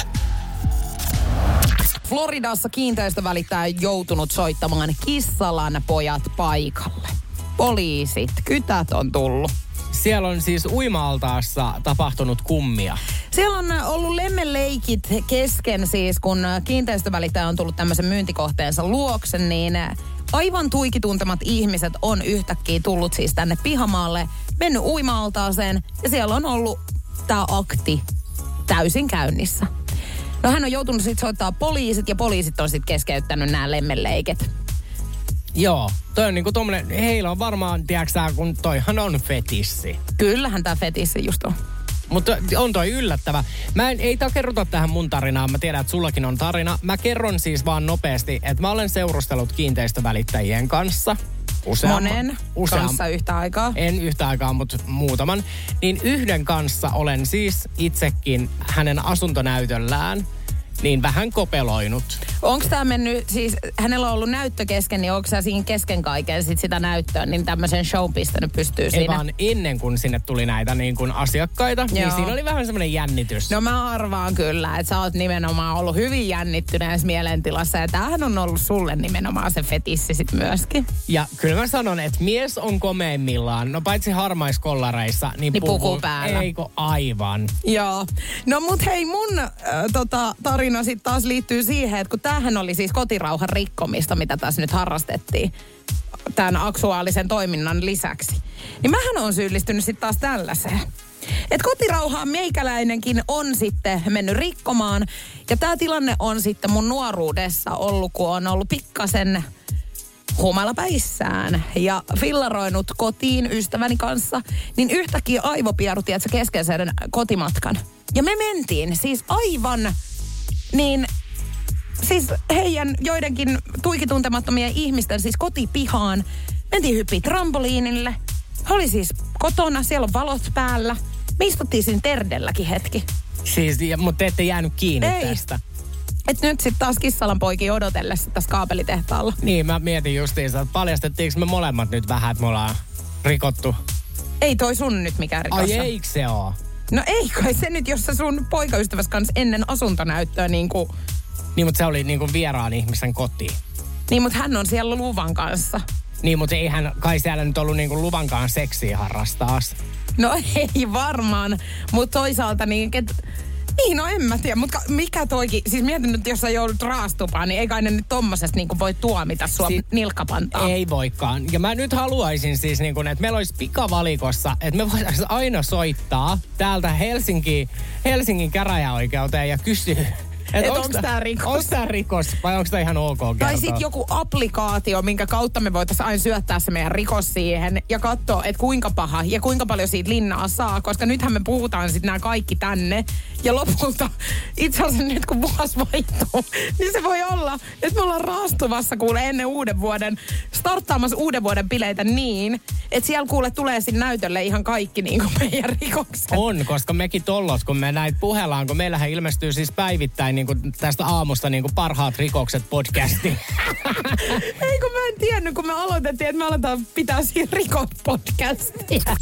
Floridassa kiinteistövälittäjä on joutunut soittamaan Kissalan pojat paikalle. Poliisit, kytät on tullut. Siellä on siis uima-altaassa tapahtunut kummia. Siellä on ollut lemmenleikit kesken siis, kun kiinteistövälittäjä on tullut tämmöisen myyntikohteensa luokse, niin aivan tuikituntemat ihmiset on yhtäkkiä tullut siis tänne pihamaalle, mennyt uima-altaaseen ja siellä on ollut tämä akti täysin käynnissä. No hän on joutunut sitten soittaa poliisit ja poliisit on sitten keskeyttänyt nämä lemmenleiket. Joo, toi on niinku tommonen, heillä on varmaan, tiedäksä, kun toihan on fetissi. Kyllähän tämä fetissi just on. Mutta on toi yllättävä. Mä en, ei takerruta tähän mun tarinaan, mä tiedän, että sullakin on tarina. Mä kerron siis vaan nopeasti, että mä olen seurustellut kiinteistövälittäjien kanssa. Useamman, Monen useam, kanssa yhtä aikaa. En yhtä aikaa, mutta muutaman. Niin yhden kanssa olen siis itsekin hänen asuntonäytöllään niin vähän kopeloinut. Onko tämä mennyt, siis hänellä on ollut näyttö kesken, niin onko sä siinä kesken kaiken sit sitä näyttöä, niin tämmöisen show pistänyt pystyy Ei siinä? vaan ennen kuin sinne tuli näitä niin kuin asiakkaita, Joo. niin siinä oli vähän semmoinen jännitys. No mä arvaan kyllä, että sä oot nimenomaan ollut hyvin jännittyneessä mielentilassa ja tämähän on ollut sulle nimenomaan se fetissi sit myöskin. Ja kyllä mä sanon, että mies on komeimmillaan, no paitsi harmaiskollareissa, niin, Niin puku, puku päällä. Eikö aivan? Joo. No mut hei, mun äh, tota, tarina sitten taas liittyy siihen, että kun tämähän oli siis kotirauhan rikkomista, mitä tässä nyt harrastettiin tämän aktuaalisen toiminnan lisäksi. Niin mähän on syyllistynyt sitten taas tällaiseen. Että kotirauhaa meikäläinenkin on sitten mennyt rikkomaan. Ja tämä tilanne on sitten mun nuoruudessa ollut, kun on ollut pikkasen humalapäissään ja fillaroinut kotiin ystäväni kanssa, niin yhtäkkiä aivopierutti, että se kesken sen kotimatkan. Ja me mentiin siis aivan niin, siis heidän joidenkin tuikituntemattomien ihmisten siis kotipihaan. Mentiin hyppiä trampoliinille. He oli siis kotona, siellä on valot päällä. Me istuttiin siinä terdelläkin hetki. Siis, mutta te ette jäänyt kiinni Ei. tästä. Et nyt sitten taas Kissalan poikia odotellessa tässä kaapelitehtaalla. Niin, mä mietin justiinsa, että paljastettiinko me molemmat nyt vähän, että me ollaan rikottu. Ei toi sun nyt mikään rikos. Ai eikö se oo? No ei kai se nyt, jos sä sun poikaystäväs kanssa ennen asuntonäyttöä niin kuin... Niin, mutta se oli niinku vieraan ihmisen kotiin. Niin, mutta hän on siellä luvan kanssa. Niin, mutta ei hän kai siellä nyt ollut niinku luvankaan seksiä harrastaas. No ei varmaan, mutta toisaalta niin... Ket... Niin, no en mä tiedä, mutta mikä toikin, siis mietin nyt, jos sä joudut raastupaan, niin ei kai ne nyt tommosesta niin voi tuomita sua si- nilkkapantaa. Ei voikaan. Ja mä nyt haluaisin siis, niin kun, että meillä olisi pikavalikossa, että me voitaisiin aina soittaa täältä Helsinki, Helsingin käräjäoikeuteen ja kysyä, Et onko tää rikos? Onko tää rikos vai onko tää ihan ok kertoa? Tai sit joku applikaatio, minkä kautta me voitaisiin aina syöttää se meidän rikos siihen ja katsoa, että kuinka paha ja kuinka paljon siitä linnaa saa. Koska nythän me puhutaan sitten nämä kaikki tänne. Ja lopulta itse asiassa nyt kun vuosi vaihtuu, niin se voi olla, että me ollaan raastuvassa kuule ennen uuden vuoden, starttaamassa uuden vuoden bileitä niin, että siellä kuule tulee sinne näytölle ihan kaikki niin kuin meidän rikokset. On, koska mekin tollos, kun me näitä puhellaan, kun meillähän ilmestyy siis päivittäin niin kuin tästä aamusta niin kuin parhaat rikokset podcastiin. Ei kun mä en tiennyt, kun me aloitettiin, että me aletaan pitää siinä rikot-podcastia.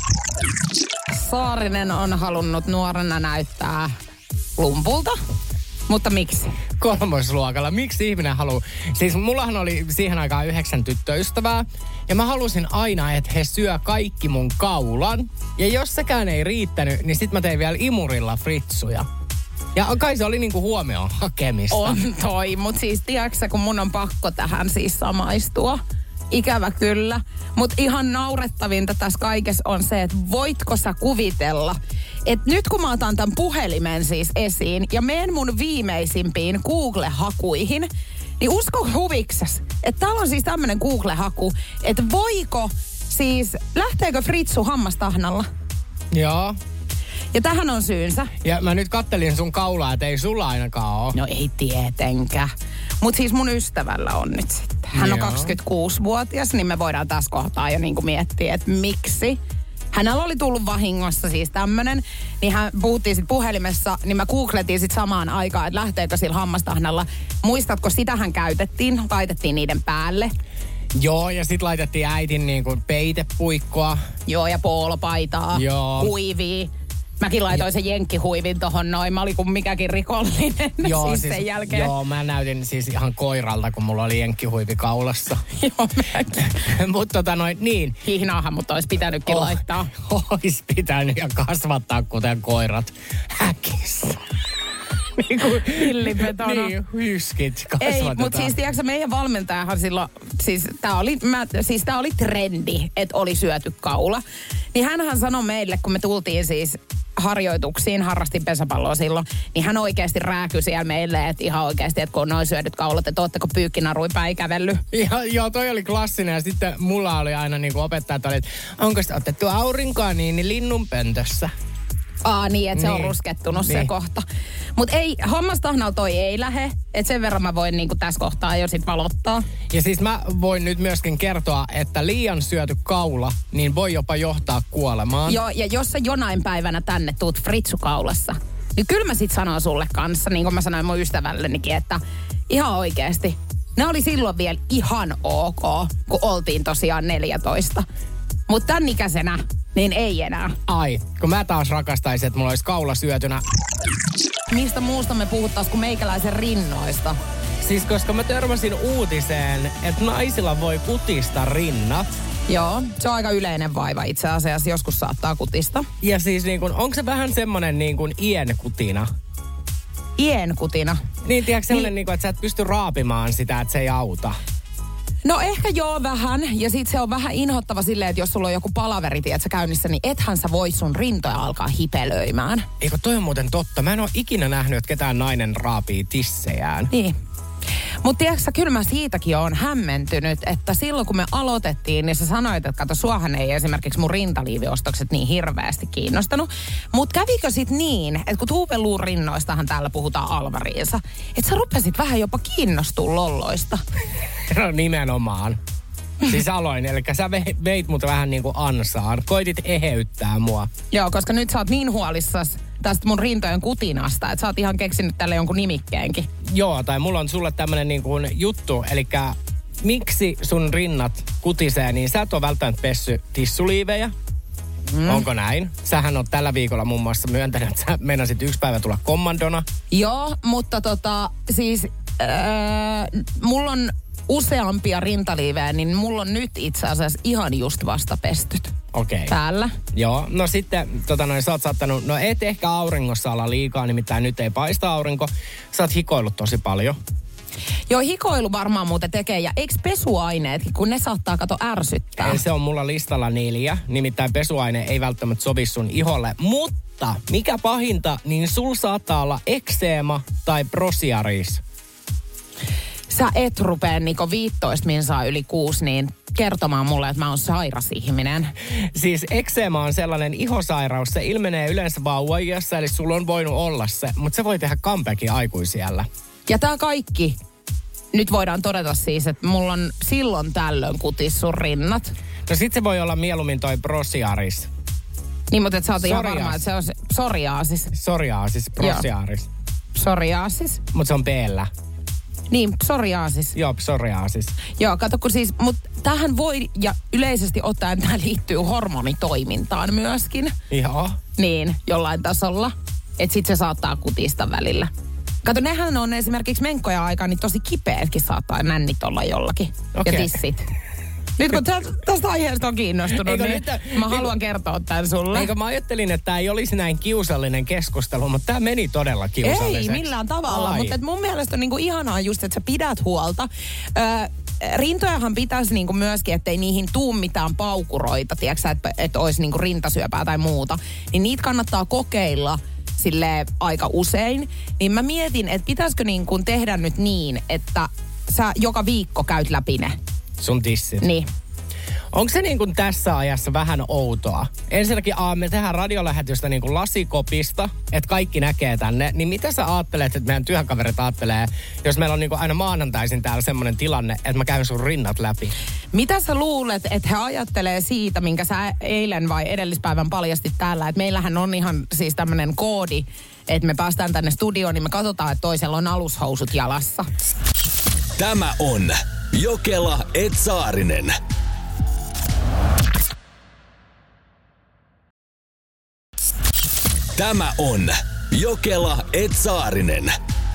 Saarinen on halunnut nuorena näyttää lumpulta, mutta miksi? Kolmosluokalla. Miksi ihminen haluaa? Siis mullahan oli siihen aikaan yhdeksän tyttöystävää. Ja mä halusin aina, että he syö kaikki mun kaulan. Ja jos sekään ei riittänyt, niin sit mä tein vielä imurilla fritsuja. Ja kai se oli niinku huomioon hakemista. On toi, mutta siis tiedätkö kun mun on pakko tähän siis samaistua. Ikävä kyllä. Mutta ihan naurettavinta tässä kaikessa on se, että voitko sä kuvitella, että nyt kun mä otan tämän puhelimen siis esiin ja menen mun viimeisimpiin Google-hakuihin, niin usko huviksas, että täällä on siis tämmönen Google-haku, että voiko siis, lähteekö Fritsu hammastahnalla? Joo. Ja tähän on syynsä. Ja mä nyt kattelin sun kaulaa, että ei sulla ainakaan ole. No ei tietenkään. Mutta siis mun ystävällä on nyt sitten. Hän on Joo. kaksikymmentäkuusivuotias, niin me voidaan tässä kohtaa jo niinku miettiä, että miksi. Hänellä oli tullut vahingossa siis tämmönen, niin hän puhuttiin sit puhelimessa, niin mä googletin sit samaan aikaan, että lähteekö sillä hammastahnalla. Muistatko, sitähän käytettiin, laitettiin niiden päälle. Joo, ja sit laitettiin äitin niinku peitepuikkoa. Joo, ja poolopaitaa, Joo. huivia. Mäkin laitoin sen jenkkihuivin tohon noin. Mä olin kuin mikäkin rikollinen Joo, siis siis, sen jälkeen. joo, mä näytin siis ihan koiralta, kun mulla oli jenkkihuivi kaulassa. Joo, mäkin. Mutta tota noin, niin. Hihnaahan, mutta olisi pitänytkin Oh, laittaa. Ois pitänyt ja kasvattaa kuten koirat häkissä. Niin kuin, Hillipetona. niin, hyskit kasvatetaan. Ei, mutta siis tiedätkö, meidän valmentajahan silloin, siis tää oli, mä, siis tää oli trendi, että oli syöty kaula. Niin hänhän sanoi meille, kun me tultiin siis harjoituksiin, harrastin pesäpalloa silloin, niin hän oikeasti rääkyi siellä meille, että ihan oikeasti, että kun on noin syödyt kaulat, että ootteko pyykkinarui päin kävellyt. Ja, joo, toi oli klassinen ja sitten mulla oli aina niin kuin opettajat oli, että onko sitä otettu aurinkoa niin, niin linnunpöntössä. Aa niin, että se on Niin. ruskettunut Niin. se kohta. Mutta ei, hammastahnalla toi ei lähe. Että sen verran mä voin niinku tässä kohtaa jo sit valottaa. Ja siis mä voin nyt myöskin kertoa, että liian syöty kaula, niin voi jopa johtaa kuolemaan. Joo, ja jos sä jonain päivänä tänne tuut fritsukaulassa, niin kyllä mä sit sanon sulle kanssa, niin kuin mä sanoin mun ystävällenikin, että ihan oikeesti. Ne oli silloin vielä ihan ok, kun oltiin tosiaan neljätoista. Mutta tän ikäisenä, niin ei enää. Ai, kun mä taas rakastaisin, että mulla olisi kaula syötynä. Mistä muusta me puhuttais kuin meikäläisen rinnoista? Siis koska mä törmäsin uutiseen, että naisilla voi kutista rinnat. Joo, se on aika yleinen vaiva itse asiassa. Joskus saattaa kutista. Ja siis niin kun, onko se vähän semmonen niin kuin ienkutina? Ienkutina. Niin, tiedätkö sellainen, Niin. niin kuin, että sä et pysty raapimaan sitä, että se ei auta. No ehkä joo vähän. Ja sit se on vähän inhottava silleen, että jos sulla on joku palaveri, tiedätkö, käynnissä, niin ethän sä voi sun rintoja alkaa hipelöimään. Eikö toi on muuten totta? Mä en ole ikinä nähnyt, että ketään nainen raapii tissejään. Niin. Mutta tiedätkö sä, kyllä mä siitäkin oon hämmentynyt, että silloin kun me aloitettiin, niin sä sanoit, että kato, suohan ei esimerkiksi mun rintaliiviostokset niin hirveästi kiinnostanut. Mutta kävikö sit niin, että kun Tuve Luun rinnoistahan täällä puhutaan Alvariinsa, että sä rupesit vähän jopa kiinnostua lolloista. No nimenomaan. Siis aloin, eli sä ve- veit mut vähän niin kuin ansaan. Koitit eheyttää mua. Joo, koska nyt sä oot niin huolissas tästä mun rintojen kutinasta, että sä oot ihan keksinyt tälle jonkun nimikkeenkin. Joo, tai mulla on sulle tämmönen niin kuin juttu, eli miksi sun rinnat kutisee, niin sä et ole välttämättä pessy tissuliivejä. Mm. Onko näin? Sähän on tällä viikolla muun muassa myöntänyt, että sä meinasit yksi päivä tulla kommandona. Joo, mutta tota, siis äh, mulla on useampia rintaliivejä, niin mulla on nyt itse asiassa ihan just vasta pestyt. Okei. Okay. Päällä. Joo, no sitten tota noin, sä oot saattanut, no et ehkä auringossa olla liikaa, nimittäin nyt ei paista aurinko. Sä oot hikoillut tosi paljon. Joo, hikoilu varmaan muuten tekee. Ja eikö pesuaineet, kun ne saattaa kato ärsyttää? Ei, se on mulla listalla neljä. Nimittäin pesuaine ei välttämättä sovi sun iholle. Mutta mikä pahinta, niin sul saattaa olla ekseema tai prosiaris. Sä et rupea Niko viisitoista minsaa yli kuusi, niin kertomaan mulle, että mä oon sairas ihminen. Siis ekseema on sellainen ihosairaus. Se ilmenee yleensä vauvaiässä, eli sulla on voinut olla se. Mutta se voi tehdä comebackin aikuisiällä. Ja tää kaikki, nyt voidaan todeta siis, että mulla on silloin tällöin kutissu rinnat. No sit se voi olla mieluummin toi prosiaris. Niin, mutta et sä oot ihan Psoriasis. varma, että se on se psoriaasis. Psoriaasis, prosiaris. Psoriaasis. Mutta se on B-llä. Niin, psoriaasis. Joo, psoriaasis. Joo, kato kun siis, mutta tähän voi, ja yleisesti ottaen tämä liittyy hormonitoimintaan myöskin. Joo. Niin, jollain tasolla. Että sit se saattaa kutista välillä. Kato, nehän on esimerkiksi menkkoja aikaa, niin tosi kipeätkin saattaa nännit olla jollakin. Okei. Ja tissit. Nyt kun tä, tästä aiheesta on kiinnostunut, Eikö niin nyt- mä eikö- haluan kertoa tämän sulle. Eikö mä ajattelin, että tämä ei olisi näin kiusallinen keskustelu, mutta tämä meni todella kiusalliseksi. Ei millään tavalla, Ai. mutta et mun mielestä on niinku ihanaa just, että sä pidät huolta. Öö, rintojahan pitäisi niinku myöskin, ettei niihin tuu mitään paukuroita, tiedätkö, että et olisi niinku rintasyöpää tai muuta. Niin niitä kannattaa kokeilla sille aika usein. Niin mä mietin, että pitäisikö niinku tehdä nyt niin, että sä joka viikko käyt läpi ne. Sun tissit. Niin. Onko se niin kuin tässä ajassa vähän outoa? Ensinnäkin a, me tehdään radiolähetystä niin kuin lasikopista, että kaikki näkee tänne. Niin mitä sä ajattelet, että meidän työkaverit ajattelee, jos meillä on niin kuin aina maanantaisin täällä semmoinen tilanne, että mä käyn sun rinnat läpi? Mitä sä luulet, että he ajattelee siitä, minkä sä eilen vai edellispäivän paljastit täällä, että meillähän on ihan siis tämmöinen koodi, että me päästään tänne studioon, niin me katsotaan, että toisella on alushousut jalassa. Tämä on Jokela et Saarinen. Tämä on Jokela et Saarinen.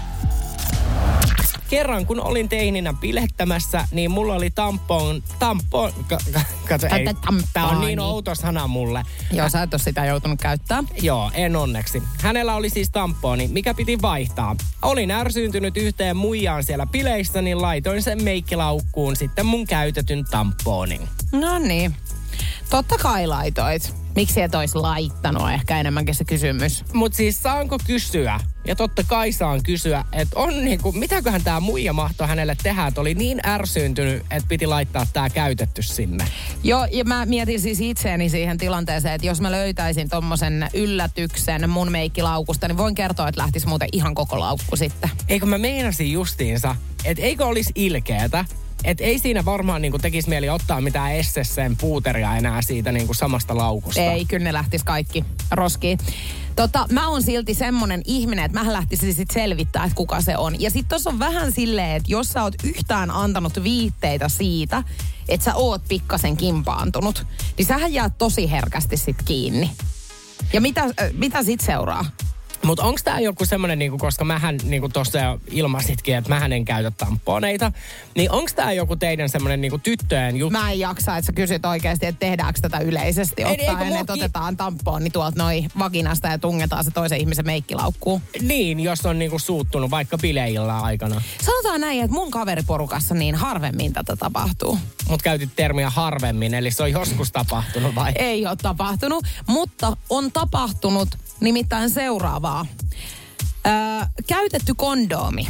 Kerran kun olin teininä bilettämässä, niin mulla oli tampon, tampon, katso ei, tää on niin outo sana mulle. Joo, sä et ole sitä joutunut käyttää. Joo, en onneksi. Hänellä oli siis tamponi, mikä piti vaihtaa. Olin ärsyyntynyt yhteen muijaan siellä bileissä, niin laitoin sen meikkilaukkuun sitten mun käytetyn tamponin. No niin. Totta kai laitoit. Miksi et ois laittanut, on ehkä enemmänkin se kysymys. Mut siis saanko kysyä, ja totta kai saan kysyä, että on niinku, mitäköhän tää muija mahtoi hänelle tehdä, että oli niin ärsyyntynyt, että piti laittaa tää käytetty sinne. Joo, ja mä mietin siis itseäni siihen tilanteeseen, että jos mä löytäisin tommosen yllätyksen mun meikkilaukusta, niin voin kertoa, että lähtisi muuten ihan koko laukku sitten. Eikö mä meinasin justiinsa, että eikö olisi ilkeetä, että ei siinä varmaan niinku tekisi mieli ottaa mitään Essesen puuteria enää siitä niinku samasta laukusta. Ei, kyllä ne lähtis kaikki roskiin. Tota, mä oon silti semmonen ihminen, että mä lähtisin sit selvittää, että kuka se on. Ja sit tossa on vähän silleen, että jos sä oot yhtään antanut viitteitä siitä, että sä oot pikkasen kimpaantunut, niin sähän jäät tosi herkästi sit kiinni. Ja mitä, äh, mitä sit seuraa? Mutta onko tämä joku semmoinen, niinku, koska mähän niinku tuossa jo ilmaisitkin, että mähän en käytä tamponeita, niin onko tämä joku teidän semmoinen niinku tyttöjen juttu? Mä en jaksa, että sä kysyt oikeasti, että tehdäänkö tätä yleisesti ottaen, että ki- otetaan tamponi tuolta noin vaginasta ja tungetaan se toisen ihmisen meikkilaukkuun. Niin, jos on niinku suuttunut vaikka bileillä aikana. Sanotaan näin, että mun kaveriporukassa niin harvemmin tätä tapahtuu. Mut käytit termiä harvemmin, eli se on joskus tapahtunut vai? Ei ole tapahtunut, mutta on tapahtunut nimittäin seuraavaa. Öö, käytetty kondoomi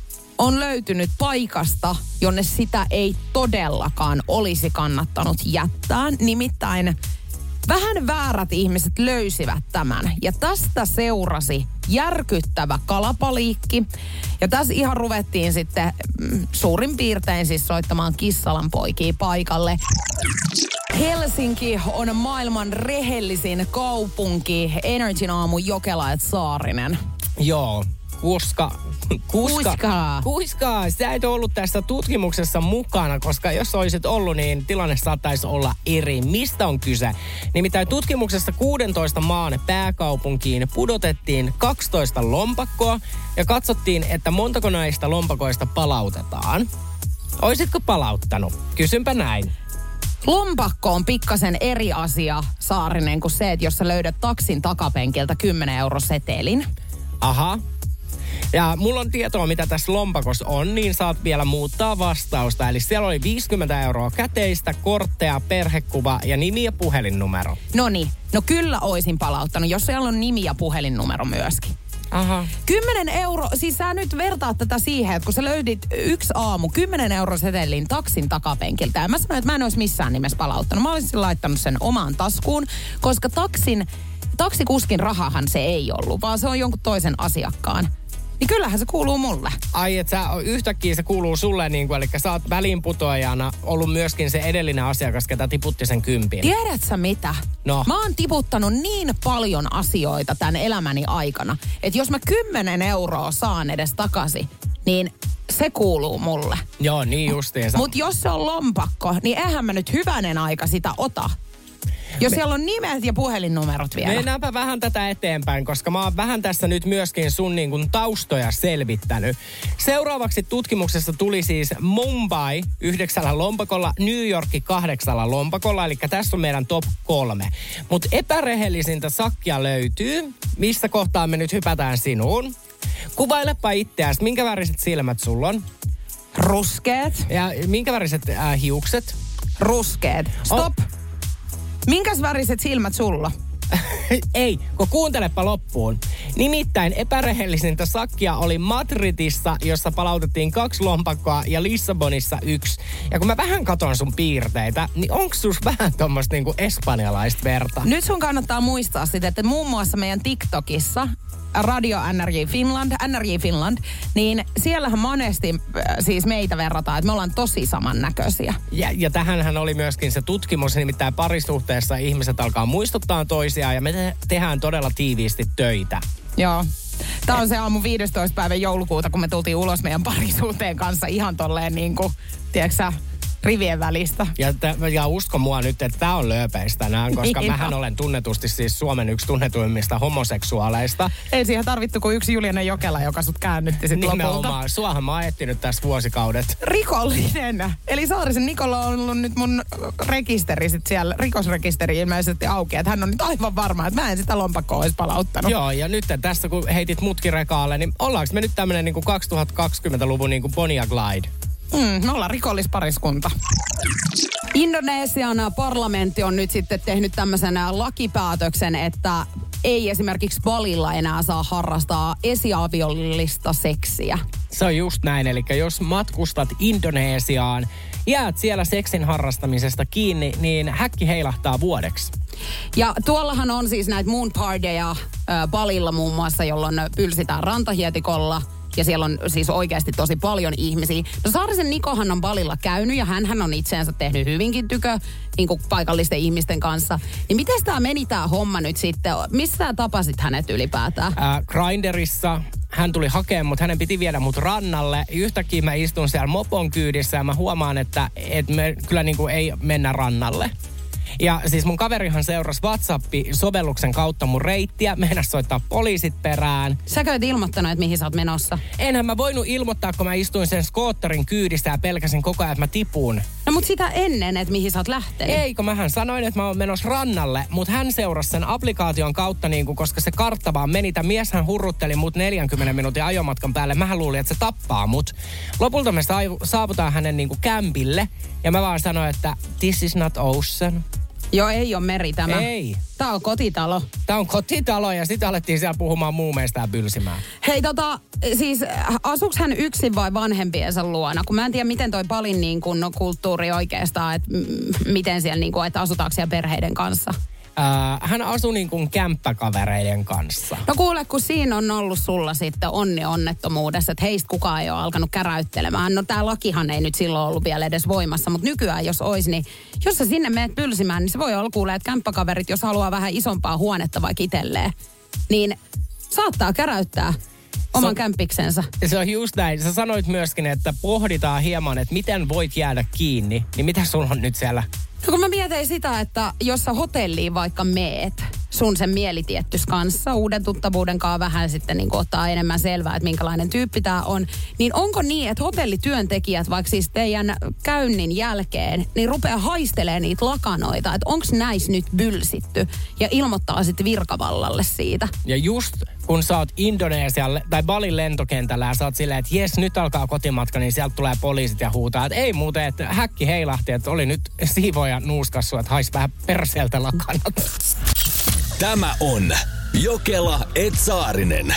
on löytynyt paikasta, jonne sitä ei todellakaan olisi kannattanut jättää. Nimittäin vähän väärät ihmiset löysivät tämän. Ja tästä seurasi järkyttävä kalapaliikki. Ja tässä ihan ruvettiin sitten mm, suurin piirtein siis soittamaan Kissalan poikia paikalle. Helsinki on maailman rehellisin kaupunki. Energin aamu Jokela et Saarinen. Joo. Kuska. Kuska. Kuiskaa. Kuiskaa. Sä et ollut tässä tutkimuksessa mukana, koska jos olisit ollut, niin tilanne saattaisi olla eri. Mistä on kyse? Nimittäin tutkimuksessa kuusitoista maan pääkaupunkiin pudotettiin kaksitoista lompakkoa ja katsottiin, että montako näistä lompakoista palautetaan. Oisitko palauttanut? Kysynpä näin. Lompakko on pikkasen eri asia, Saarinen, kuin se, että jos sä löydät taksin takapenkiltä kymmenen euro setelin. Aha. Ja mulla on tietoa, mitä tässä lompakossa on, niin saat vielä muuttaa vastausta. Eli siellä oli viisikymmentä euroa käteistä, kortteja, perhekuva ja nimi ja puhelinnumero. Noniin, no kyllä oisin palauttanut, jos siellä on nimi ja puhelinnumero myöskin. Aha. Kymmenen euro, siis sä nyt vertaat tätä siihen, että kun sä löydit yksi aamu kymmenen euro setelin taksin takapenkiltä. Ja mä sanoin, että mä en olisi missään nimessä palauttanut. Mä olisin laittanut sen omaan taskuun, koska taksin, taksikuskin rahahan se ei ollut, vaan se on jonkun toisen asiakkaan. Niin kyllähän se kuuluu mulle. Ai, että sä yhtäkkiä se kuuluu sulle, niin kuin, eli sä oot väliinputoajana ollut myöskin se edellinen asiakas, ketä tiputti sen kympin. Tiedät sä mitä? No. Mä oon tiputtanut niin paljon asioita tämän elämäni aikana, että jos mä kymmenen euroa saan edes takaisin, niin se kuuluu mulle. Joo, niin justiinsa. Mut jos se on lompakko, niin eihän mä nyt hyvänen aika sitä ota. Jos Me... siellä on nimet ja puhelinnumerot vielä. Mennäänpä vähän tätä eteenpäin, koska mä oon vähän tässä nyt myöskin sun niin kuin taustoja selvittänyt. Seuraavaksi tutkimuksessa tuli siis Mumbai yhdeksällä lompakolla, New Yorki kahdeksalla lompakolla, eli tässä on meidän top kolme. Mutta epärehellisintä sakkia löytyy. Missä kohtaa me nyt hypätään sinuun? Kuvailepa itseäsi, minkä väriset silmät sulla on? Ruskeet. Ja minkä väriset äh, hiukset? Ruskeet. Stop. Oh. Minkäs väriset silmät sulla? Ei, kun kuuntelepa loppuun. Nimittäin epärehellisintä sakkia oli Madridissa, jossa palautettiin kaksi lompakkoa ja Lissabonissa yksi. Ja kun mä vähän katon sun piirteitä, niin onks sus vähän tommoista niinku espanjalaista verta? Nyt sun kannattaa muistaa sitä, että muun muassa meidän TikTokissa Radio N R J Finland, N R J Finland, niin siellähän monesti äh, siis meitä verrataan, että me ollaan tosi samannäköisiä. Ja, ja tähänhän oli myöskin se tutkimus, nimittäin parisuhteessa ihmiset alkaa muistuttaa toisiaan ja me te- tehdään todella tiiviisti töitä. Joo. Tämä on se aamu viidestoista päivä joulukuuta, kun me tultiin ulos meidän parisuhteen kanssa ihan tolleen niin kuin, tiedätkö sä, rivien välistä. Ja, t- ja usko mua nyt, että tää on lööpeistä tänään, koska Niin mähän on. olen tunnetusti siis Suomen yksi tunnetuimmista homoseksuaaleista. Ei siihen tarvittu kuin yksi Juliana Jokela, joka sut käännytti sit lopulta. Nimenomaan. Suahan mä oon etsinyt tässä vuosikaudet. Rikollinen. Eli Saarisen Nikolla on ollut nyt mun rekisteri sit siellä, rikosrekisteri ilmeisesti auki. Että hän on nyt aivan varma, että mä en sitä lompakkoa olisi palauttanut. Joo, ja nyt tässä kun heitit mutkirekaalle, niin ollaanko me nyt tämmönen niinku kaksituhattakaksikymmentäluvun niinku Bonnie ja Clyde? Mm, me ollaan rikollispariskunta. Indonesian parlamentti on nyt sitten tehnyt tämmöisen lakipäätöksen, että ei esimerkiksi Balilla enää saa harrastaa esiaviollista seksiä. Se on just näin, eli jos matkustat Indonesiaan, jäät siellä seksin harrastamisesta kiinni, niin häkki heilahtaa vuodeksi. Ja tuollahan on siis näitä moon partyja äh, Balilla muun muassa, jolloin pylsitään rantahietikolla. Ja siellä on siis oikeasti tosi paljon ihmisiä. No Saarisen Nikohan on Balilla käynyt ja hänhän on itseensä tehnyt hyvinkin tykö niin kuin paikallisten ihmisten kanssa. Niin miten tämä meni tämä homma nyt sitten? Missä sä tapasit hänet ylipäätään? Äh, Grinderissa hän tuli hakemaan, mutta hänen piti viedä mut rannalle. Yhtäkkiä mä istun siellä mopon kyydissä ja mä huomaan, että, että me kyllä niin kuin ei mennä rannalle. Ja siis mun kaverihan seurasi WhatsApp-sovelluksen kautta mun reittiä. Meinas soittaa poliisit perään. Säkö et ilmoittanut, että mihin sä oot menossa? Enhän mä voinut ilmoittaa, kun mä istuin sen skootterin kyydissä ja pelkäsin koko ajan, että mä tipun. No mut sitä ennen, että mihin sä oot lähtenyt? Eikö, mähän sanoin, että mä oon menossa rannalle, mutta hän seurasi sen applikaation kautta, niin kuin, koska se kartta vaan meni. Tämä mieshän hurrutteli mut neljänkymmenen minuutin ajomatkan päälle. Mähän luulin, että se tappaa mut. Lopulta me saavutaan hänen niin kuin kämpille ja mä vaan sanoin, että this is not ocean. Joo, ei ole meri tämä. Ei. Tää on kotitalo. Tää on kotitalo ja sitten alettiin siellä puhumaan muumeista ja pylsimään. Hei tota, siis asuuks hän yksin vai vanhempiensa luona? Kun mä en tiedä, miten toi Balin niin kun, no, kulttuuri oikeastaan, että m- miten siellä, niin kun, että asutaanko siellä perheiden kanssa? Äh, hän asui niin kuin kämppäkavereiden kanssa. No kuule, kun siinä on ollut sulla sitten onni onnettomuudessa, että heistä kukaan ei ole alkanut käräyttelemään. No tää lakihan ei nyt silloin ollut vielä edes voimassa, mutta nykyään jos olisi, niin jos sä sinne menet pylsimään, niin se voi olla kuulee, että kämppäkaverit, jos haluaa vähän isompaa huonetta vaikka itselleen, niin saattaa käräyttää oman Se- kämpiksensä. Se on just näin. Sä sanoit myöskin, että pohditaan hieman, että miten voit jäädä kiinni. Niin mitä sulla on nyt siellä? No kun mä mietin sitä, että jos sä hotelliin vaikka meet sun sen mielitiettys kanssa, uuden tuttavuuden kanssa vähän sitten niin ottaa enemmän selvää, että minkälainen tyyppi tää on, niin onko niin, että hotellityöntekijät vaikka siis teidän käynnin jälkeen, niin rupeaa haistelemaan niitä lakanoita, että onko näissä nyt bylsitty ja ilmoittaa sitten virkavallalle siitä. Ja just kun sä oot Indonesialle tai Balin lentokentällä ja sä oot silleen, että jes, nyt alkaa kotimatka, niin sieltä tulee poliisit ja huutaa, että ei muuten, että häkki heilahti, että oli nyt siivoja nuuskassu, että hais vähän perseeltä lakanat. Tämä on Jokela et Saarinen.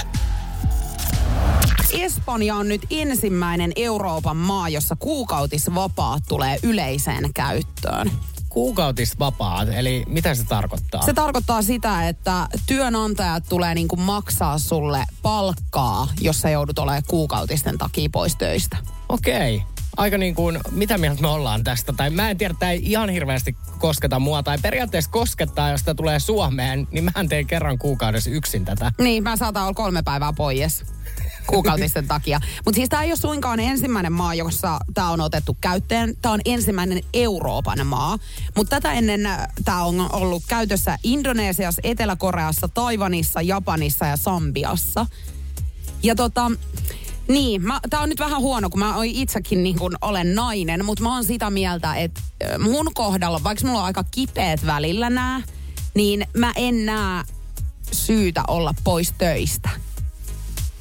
Espanja on nyt ensimmäinen Euroopan maa, jossa kuukautisvapaat tulee yleiseen käyttöön. Kuukautisvapaat, eli mitä se tarkoittaa? Se tarkoittaa sitä, että työnantajat tulee niinku maksaa sulle palkkaa, jos sä joudut olemaan kuukautisten takia pois töistä. Okei. Aika niin kuin, mitä mieltä me ollaan tästä? Tai mä en tiedä, että ei ihan hirveästi kosketa mua. Tai periaatteessa koskettaa, jos sitä tulee Suomeen, niin mä teen kerran kuukaudessa yksin tätä. Niin, mä saatan olla kolme päivää pois kuukautisten takia. Mutta siis tämä ei ole suinkaan ensimmäinen maa, jossa tämä on otettu käyttöön. Tämä on ensimmäinen Euroopan maa. Mutta tätä ennen tämä on ollut käytössä Indonesiassa, Etelä-Koreassa, Taiwanissa, Japanissa ja Sambiassa. Ja tota... Niin, tää on nyt vähän huono, kun mä itsekin niin kun olen nainen, mutta mä oon sitä mieltä, että mun kohdalla, vaikka mulla on aika kipeät välillä nää, niin mä en näe syytä olla pois töistä.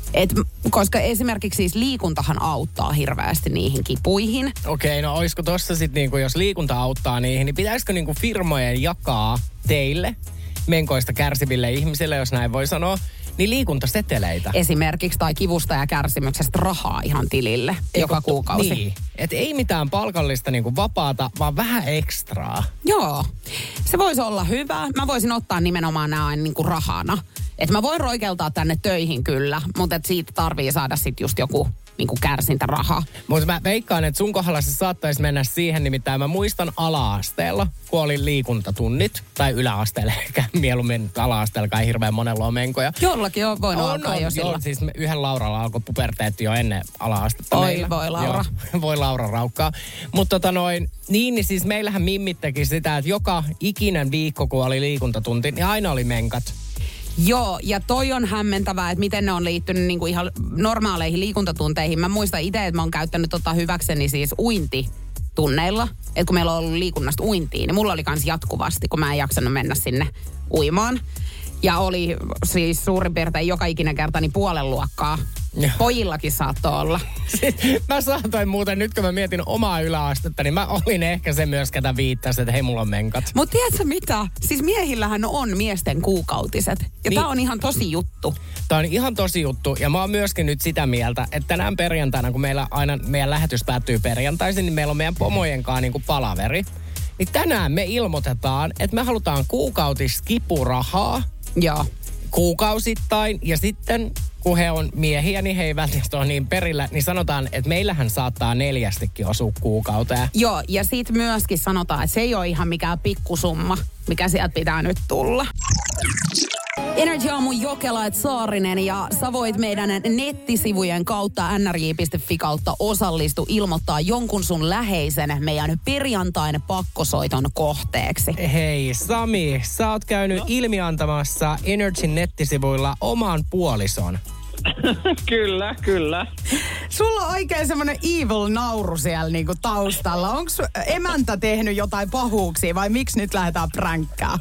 Et, koska esimerkiksi siis liikuntahan auttaa hirveästi niihin kipuihin. Okei, no olisiko tossa sitten, niinku, jos liikunta auttaa niihin, niin pitäisikö niinku firmojen jakaa teille, menkoista kärsiville ihmisille, jos näin voi sanoa, niin liikuntaseteleitä. Esimerkiksi tai kivusta ja kärsimyksestä rahaa ihan tilille Eikö, joka kuukausi. Niin, että ei mitään palkallista niinku vapaata, vaan vähän ekstraa. Joo, se voisi olla hyvä. Mä voisin ottaa nimenomaan nämä aina niinku rahana. Että mä voin roikeltaa tänne töihin kyllä, mutta et siitä tarvii saada sitten just joku niinku kärsintäraha. Mutta mä veikkaan, että sun kohdalla se saattaisi mennä siihen, nimittäin mä muistan ala-asteella, kun oli liikuntatunnit, tai yläasteella, eikä mieluummin ala-asteella, ei hirveän monella ole menkoja. Jollakin on voinut on, alkaa on, jo sillä. Joo, siis yhden Lauralla alkoi puberteetti jo ennen ala-astetta Oi, meillä. voi Laura. Joo, voi Laura raukkaa. Mutta tota noin, niin, niin siis meillähän mimmit teki sitä, että joka ikinen viikko, kun oli liikuntatunti, niin aina oli menkat. Joo, ja toi on hämmentävää, että miten ne on liittynyt niinku ihan normaaleihin liikuntatunteihin. Mä muistan itse, että mä oon käyttänyt tota hyväkseni siis uintitunneilla. Että kun meillä on ollut liikunnasta uintiin, niin mulla oli kans jatkuvasti, kun mä en jaksanut mennä sinne uimaan. Ja oli siis suurin piirtein joka ikinen kerta niin puolen luokkaa. Pojillakin saattoi olla. Siis, mä saatoin muuten, nyt kun mä mietin omaa yläastetta, niin mä olin ehkä se myös, ketä viittasi, että hei, mulla on menkat. Mutta tiedätkö mitä? Siis miehillähän on miesten kuukautiset. Ja niin. Tää on ihan tosi juttu. Tää on ihan tosi juttu. Ja mä oon myöskin nyt sitä mieltä, että tänään perjantaina, kun meillä aina meidän lähetys päättyy perjantaisin, niin meillä on meidän pomojen kanssa niin kuin palaveri. Niin tänään me ilmoitetaan, että me halutaan kuukautiskipurahaa. Joo. Kuukausittain. Ja sitten kun he on miehiä, niin he ei välttämättä ole niin perillä, niin sanotaan, että meillähän saattaa neljästikin osua kuukauteen. Joo, ja siitä myöskin sanotaan, että se ei ole ihan mikään pikkusumma, mikä sieltä pitää nyt tulla. Energy Aamun Jokela et Saarinen, ja sä voit meidän nettisivujen kautta n r j piste f i kautta osallistu ilmoittaa jonkun sun läheisen meidän perjantain pakkosoiton kohteeksi. Hei Sami, sä oot käynyt no. ilmiantamassa Energyn nettisivuilla oman puolison. Kyllä, kyllä. Sulla on oikein semmoinen evil nauru siellä niinku taustalla. Onko emäntä tehnyt jotain pahuuksia vai miksi nyt lähdetään pränkkää?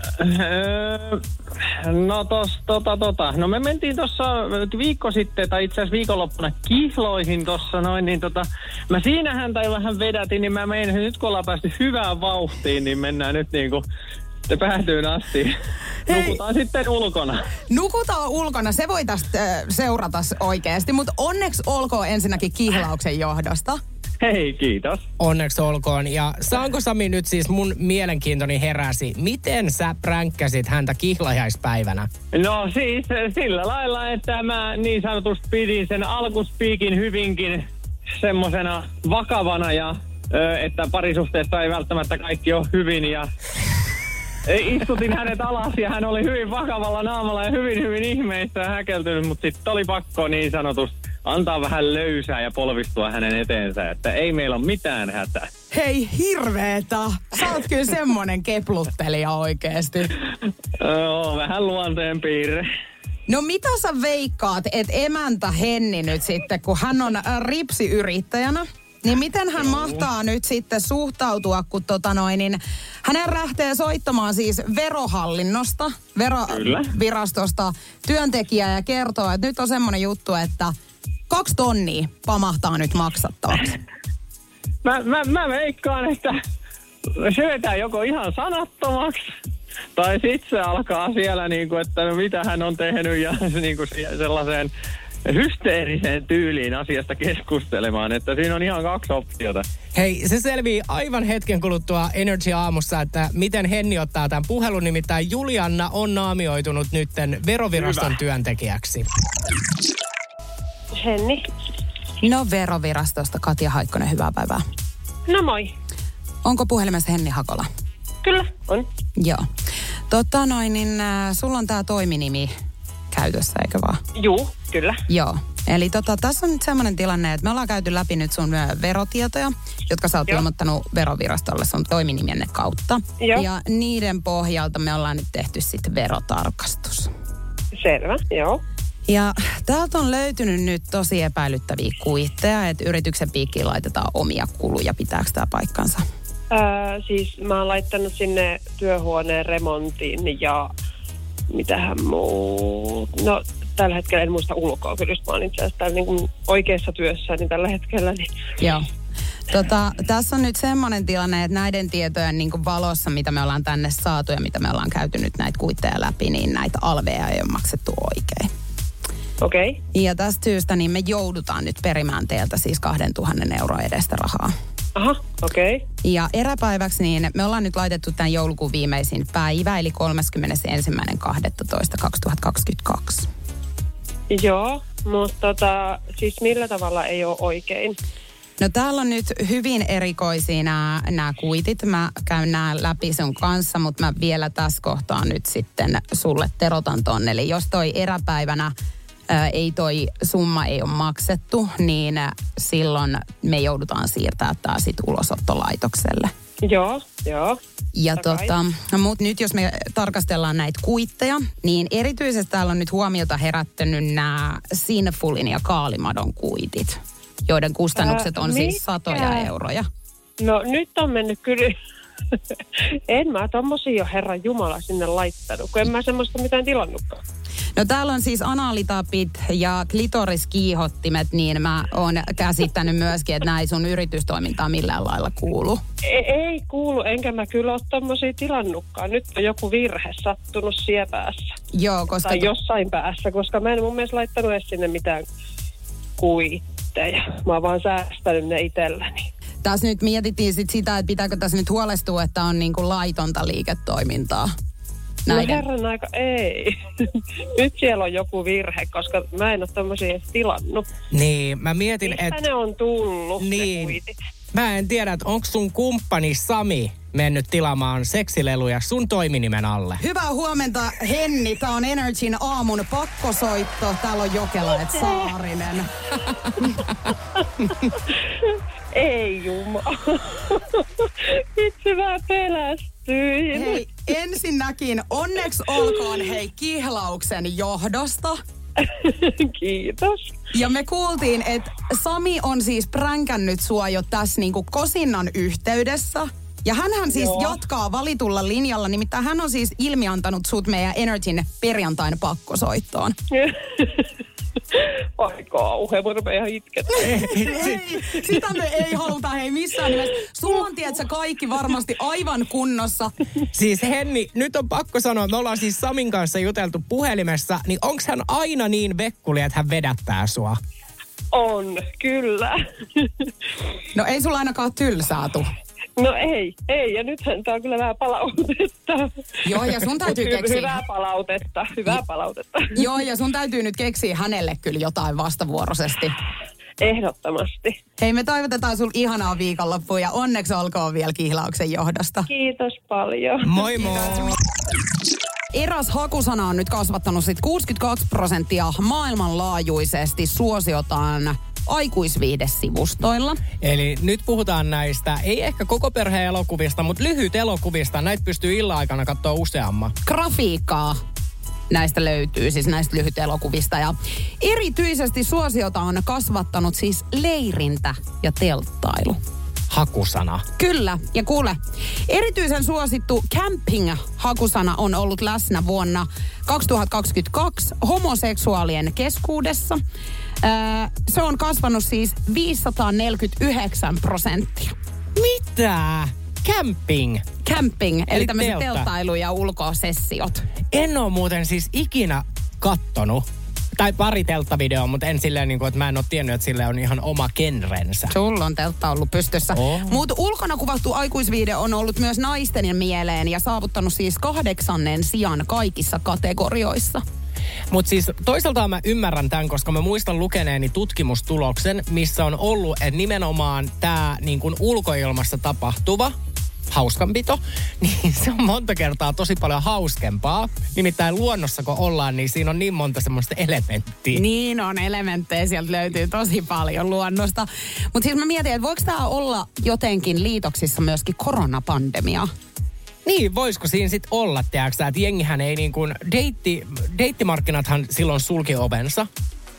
Öö, no tos, tota, tota. No me mentiin tuossa viikko sitten, tai itse asiassa viikonloppuna kihloihin tuossa noin, niin tota, mä siinä häntä jo vähän vedätin, niin mä menin, nyt kun ollaan päästy hyvään vauhtiin, niin mennään nyt niinku te päätyyn asti. Hei. Nukutaan sitten ulkona. Nukutaan ulkona, se voi tästä äh, seurata oikeasti, mutta onneksi olkoon ensinnäkin kihlauksen johdosta. Hei, kiitos. Onneksi olkoon. Ja saanko Sami nyt siis mun mielenkiintoni heräsi, miten sä pränkkäsit häntä kihlajaispäivänä? No siis sillä lailla, että mä niin sanotusti pidin sen alkuspiikin hyvinkin semmosena vakavana ja että parisuhteessa ei välttämättä kaikki ole hyvin ja istutin hänet alas ja hän oli hyvin vakavalla naamalla ja hyvin hyvin ihmeistä ja häkeltynyt, mutta sitten oli pakko niin sanotusti antaa vähän löysää ja polvistua hänen eteensä, että ei meillä ole mitään hätää. Hei, hirveetä. Sä oot kyllä semmonen kepluttelija oikeesti. Joo, vähän luonteen piirre. No mitä sä veikkaat, että emäntä Henni nyt sitten, kun hän on ripsiyrittäjänä, niin miten hän mahtaa nyt sitten suhtautua, kun tota noin, niin hänen lähtee soittamaan siis verohallinnosta, verovirastosta työntekijää ja kertoo, että nyt on semmoinen juttu, että kaksi tonnia pamahtaa nyt maksattavaksi. Mä, mä, mä veikkaan, että se vetää joko ihan sanattomaksi, tai sitten se alkaa siellä, niin kuin, että mitä hän on tehnyt ja niin kuin sellaiseen hysteeriseen tyyliin asiasta keskustelemaan, että siinä on ihan kaksi optiota. Hei, se selvii aivan hetken kuluttua Energy Aamussa, että miten Henni ottaa tämän puhelun, nimittäin Julianna on naamioitunut nytten veroviraston Hyvä. työntekijäksi. Henni. No verovirastosta Katja Haikkonen, hyvää päivää. No moi. Onko puhelimessa Henni Hakola? Kyllä, on. Joo. Tota noin, niin äh, sulla on tää toiminimi käytössä, eikö vaan? Juu, kyllä. Joo. Eli tota, tässä on nyt semmoinen tilanne, että me ollaan käyty läpi nyt sun verotietoja, jotka sä oot Joo. ilmoittanut verovirastolle sun toiminimienne kautta. Joo. Ja niiden pohjalta me ollaan nyt tehty sitten verotarkastus. Selvä, joo. Ja täältä on löytynyt nyt tosi epäilyttäviä kuitteja, että yrityksen piikkiin laitetaan omia kuluja. Pitääkö tämä paikkansa? Öö, siis mä oon laittanut sinne työhuoneen remontin ja mitähän muu... No, tällä hetkellä en muista ulkoa, kyllä just mä oon itse asiassa täällä niin kuin oikeassa työssä, niin tällä hetkellä... Niin... Joo. Tota, tässä on nyt semmoinen tilanne, että näiden tietojen niin kuin valossa, mitä me ollaan tänne saatu ja mitä me ollaan käyty nyt näitä kuitteja läpi, niin näitä alveja ei ole maksettu oikein. Okei. Okay. Ja tästä syystä niin me joudutaan nyt perimään teiltä siis kahden tuhannen euroa edestä rahaa. Aha, okei. Okay. Ja eräpäiväksi niin me ollaan nyt laitettu tämän joulukuun viimeisin päivä, eli kolmaskymmenesensimmäinen kahdestoista kaksituhattakaksikymmentäkaksi. Joo, mutta tota, siis millä tavalla ei ole oikein? No täällä on nyt hyvin erikoisia nämä, nämä kuitit. Mä käyn nämä läpi sun kanssa, mutta mä vielä tässä kohtaa nyt sitten sulle terotan tonne. Eli jos toi eräpäivänä ää, ei toi summa ei ole maksettu, niin silloin me joudutaan siirtää tää sit ulosottolaitokselle. Joo, joo. Ja tota, no, mutta nyt jos me tarkastellaan näitä kuitteja, niin erityisesti täällä on nyt huomiota herättänyt nämä Sinfulin ja Kaalimadon kuitit, joiden kustannukset on Ää, siis satoja euroja. No nyt on mennyt kyllä, en mä tommosia jo Herran Jumala sinne laittanut, kun en mä semmoista mitään tilannutkaan. No täällä on siis anaalitapit ja klitoriskiihottimet, niin mä oon käsittänyt myöskin, että näin sun yritystoimintaan millään lailla kuulu. Ei, ei kuulu, enkä mä kyllä ole tommosia tilannutkaan. Nyt on joku virhe sattunut siellä päässä. Joo, koska... Tai jossain päässä, koska mä en mun mielestä laittanut edes sinne mitään kuitteja. Mä oon vaan säästänyt ne itselläni. Tässä nyt mietittiin sit sitä, että pitääkö tässä nyt huolestua, että on niinku laitonta liiketoimintaa. Näiden. No herran aika, ei. Nyt siellä on joku virhe, koska mä en ole tommosia edes tilannut. Niin, mä mietin, että... Mistä et... ne on tullut, niin. ne kuitit? Mä en tiedä, että onko sun kumppani Sami mennyt tilaamaan seksileluja sun toiminimen alle. Hyvää huomenta, Henni. Tää on Energyn aamun pakkosoitto. Täällä on Jokela et Saarinen. Ei jumala. Itse mä pelästyin. Hei, ensinnäkin onneksi olkoon hei kihlauksen johdosta. Kiitos. Ja me kuultiin, että Sami on siis pränkännyt sua jo tässä niinku kosinnan yhteydessä. Ja hänhän siis Joo. jatkaa valitulla linjalla, nimittäin hän on siis ilmiantanut sut meidän Energyn perjantain pakkosoittoon. Ai kauhe, mä rupean ihan itkettämään. Ei, sitä me ei haluta hei missään nimessä. Sulla on tiedätkö kaikki varmasti aivan kunnossa. Siis Henni, nyt on pakko sanoa, me ollaan siis Samin kanssa juteltu puhelimessa, niin onks hän aina niin vekkuli, että hän vedättää sua? On, kyllä. No ei sulla ainakaan tylsäätu. No ei, ei. Ja nythän tää on kyllä vähän palautetta. Joo, ja sun täytyy Hy- keksiä... Hyvää palautetta, hyvää palautetta. Joo, ja sun täytyy nyt keksiä hänelle kyllä jotain vastavuoroisesti. Ehdottomasti. Hei, me toivotetaan sul ihanaa viikonloppua ja onneksi olkoon vielä kihlauksen johdosta. Kiitos paljon. Moi moi! Eräs hakusana on nyt kasvattanut sit kuusikymmentäkaksi prosenttia maailmanlaajuisesti suosiotaan aikuisviihdesivustoilla. Eli nyt puhutaan näistä, ei ehkä koko perheen elokuvista, mutta lyhyt elokuvista. Näitä pystyy illan aikana katsoa useamman. Grafiikkaa näistä löytyy, siis näistä lyhyt elokuvista. Ja erityisesti suosiota on kasvattanut siis leirintä ja telttailu. Hakusana. Kyllä, ja kuule, erityisen suosittu camping-hakusana on ollut läsnä vuonna kaksituhattakaksikymmentäkaksi homoseksuaalien keskuudessa. Öö, se on kasvanut siis viisisataaneljäkymmentäyhdeksän prosenttia. Mitä? Camping? Camping, eli, eli tämmöiset teltta. telttailu- ja ulkosessiot. En ole muuten siis ikinä kattonut. Tai pari telttavideoa, mutta en silleen, niin kuin, että mä en ole tiennyt, että sille on ihan oma genrensä. Sulla on teltta ollut pystyssä. Oh. Mutta ulkona kuvattu aikuisviide on ollut myös naisten mieleen ja saavuttanut siis kahdeksannen sijan kaikissa kategorioissa. Mutta siis toisaalta mä ymmärrän tämän, koska mä muistan lukeneeni tutkimustuloksen, missä on ollut, että nimenomaan tämä niin kuin ulkoilmassa tapahtuva hauskanpito, niin se on monta kertaa tosi paljon hauskempaa. Nimittäin luonnossa kun ollaan, niin siinä on niin monta semmoista elementtiä. Niin on elementtejä, sieltä löytyy tosi paljon luonnosta. Mutta siis mä mietin, että voiko tämä olla jotenkin liitoksissa myöskin koronapandemia? Niin, voisiko siinä sitten olla, tiedätkö, että jengihän ei niin kuin, deitti, deittimarkkinathan silloin sulki ovensa.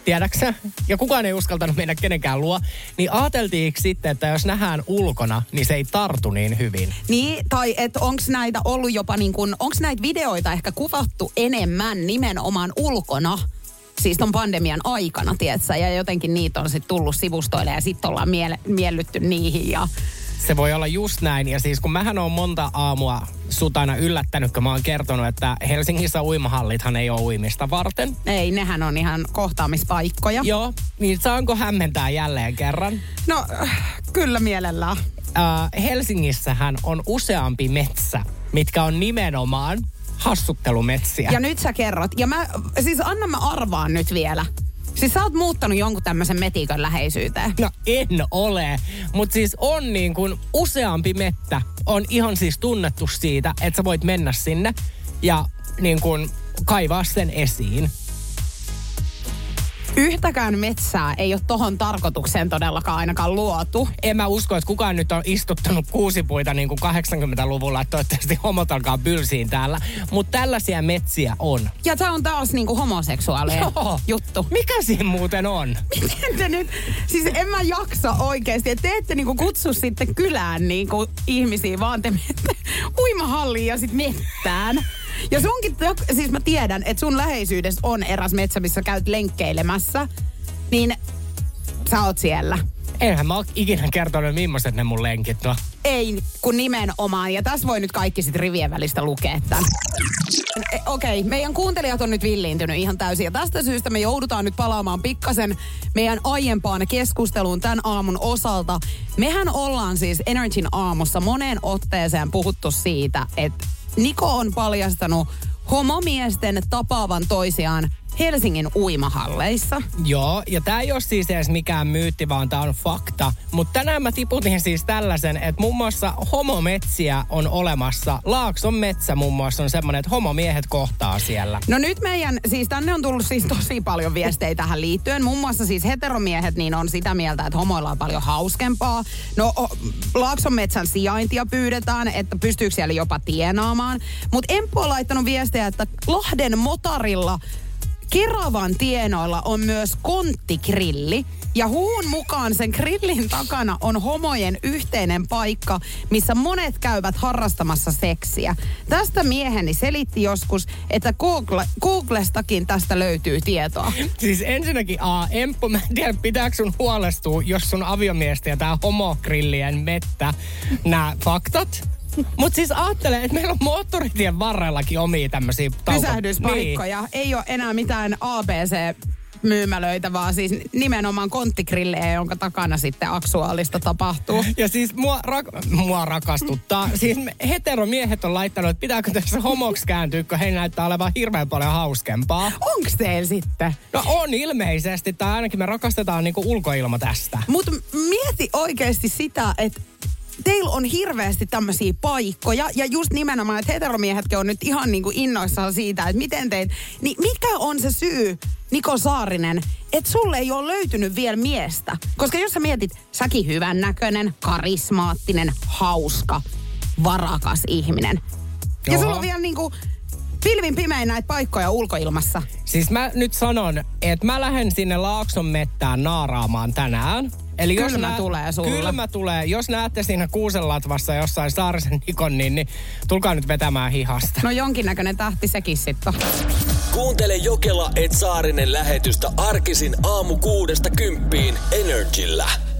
tiedäksä? Ja kukaan ei uskaltanut mennä kenenkään luo. Niin ajateltiinko sitten, että jos nähdään ulkona, niin se ei tartu niin hyvin? Niin, tai että onko näitä ollut jopa niin kuin, onko näitä videoita ehkä kuvattu enemmän nimenomaan ulkona? Siis ton pandemian aikana, tietsä, ja jotenkin niitä on sitten tullut sivustoille ja sitten ollaan miele- miellytty niihin ja... Se voi olla just näin. Ja siis kun mähän on monta aamua sut aina yllättänyt, kun mä oon kertonut, että Helsingissä uimahallithan ei ole uimista varten. Ei, nehän on ihan kohtaamispaikkoja. Joo, niin saanko hämmentää jälleen kerran? No, kyllä mielellään. Äh, Helsingissähän on useampi metsä, mitkä on nimenomaan hassuttelumetsiä. Ja nyt sä kerrot. Ja mä, siis anna mä arvaan nyt vielä. Siis sä oot muuttanut jonkun tämmöisen metikön läheisyyteen. No en ole, mutta siis on niin kuin useampi mettä on ihan siis tunnettu siitä, että sä voit mennä sinne ja niin kuin kaivaa sen esiin. Yhtäkään metsää ei ole tohon tarkoitukseen todellakaan ainakaan luotu. En mä usko, että kukaan nyt on istuttanut kuusipuita niin kuin kahdeksankymmentäluvulla, että toivottavasti homot alkaa bylsiin täällä. Mutta tällaisia metsiä on. Ja tää on taas niinku homoseksuaalinen Joo. juttu. Mikä siinä muuten on? Miten te nyt, siis en mä jaksa oikeesti, että te ette niinku kutsu sitten kylään niinku ihmisiä, vaan te menette uimahalliin ja sit mettään. Ja sunkin, siis mä tiedän, että sun läheisyydessä on eräs metsä, missä käyt lenkkeilemässä, niin sä oot siellä. Enhän mä oo ikinä kertonut, millaiset ne mun lenkit on. Ei, kun nimenomaan. Ja tässä voi nyt kaikki sit rivien välistä lukea tämän. E, Okei, okay, meidän kuuntelijat on nyt villiintynyt ihan täysin. Ja tästä syystä me joudutaan nyt palaamaan pikkasen meidän aiempaan keskusteluun tämän aamun osalta. Mehän ollaan siis Energyn aamussa moneen otteeseen puhuttu siitä, että Niko on paljastanut homomiesten tapaavan toisiaan Helsingin uimahalleissa. Joo, ja tää ei ole siis edes mikään myytti, vaan tää on fakta. Mutta tänään mä tiputin siis tällaisen, että muun muassa homometsiä on olemassa. Laakson metsä muun muassa on semmoinen, että homomiehet kohtaa siellä. No nyt meidän, siis tänne on tullut siis tosi paljon viestejä tähän liittyen. Muun muassa siis heteromiehet niin on sitä mieltä, että homoilla on paljon hauskempaa. No Laakson metsän sijaintia pyydetään, että pystyykö siellä jopa tienaamaan. Mutta Emppu on laittanut viestejä, että Lahden motarilla Keravan tienoilla on myös konttigrilli. Ja huun mukaan sen grillin takana on homojen yhteinen paikka, missä monet käyvät harrastamassa seksiä. Tästä mieheni selitti joskus, että Google, Googlestakin tästä löytyy tietoa. Siis ensinnäkin A, Emppu, mä en tiedä pitääkö sun huolestua, jos sun aviomiestä ja tää homogrillien mettä, nämä faktat. Mutta siis ajattelen, että meillä on moottoritien varrellakin omia tämmöisiä tauko... pysähdyspaikkoja. Niin. Ei ole enää mitään A B C-myymälöitä, vaan siis nimenomaan konttigrillejä, jonka takana sitten aksuaalista tapahtuu. Ja siis mua, rak- mua rakastuttaa. Siis heteromiehet on laittanut, että pitääkö tässä homoksi kääntyä, kun he näyttää olevan hirveän paljon hauskempaa. Onks teillä sitten? No on ilmeisesti, tai ainakin me rakastetaan niinku ulkoilma tästä. Mutta mieti oikeasti sitä, että teillä on hirveästi tämmöisiä paikkoja ja just nimenomaan, että heteromiehetkin on nyt ihan niin kuin innoissaan siitä, että miten teet. Niin mikä on se syy, Niko Saarinen, että sulle ei ole löytynyt vielä miestä? Koska jos sä mietit, säkin hyvännäköinen, karismaattinen, hauska, varakas ihminen. Ja Oho. sulla on vielä niin kuin pilvin pimein näitä paikkoja ulkoilmassa. Siis mä nyt sanon, että mä lähden sinne Laakson mettään naaraamaan tänään. Eli jos Kylmä nä- tulee sulle. Kylmä tulee. Jos näette siinä Kuusenlatvassa jossain Saarisen Nikon, niin, niin tulkaa nyt vetämään hihasta. No jonkinnäköinen tähti sekin sitten. Kuuntele Jokela et Saarinen lähetystä arkisin aamu kuudesta kymppiin Energillä.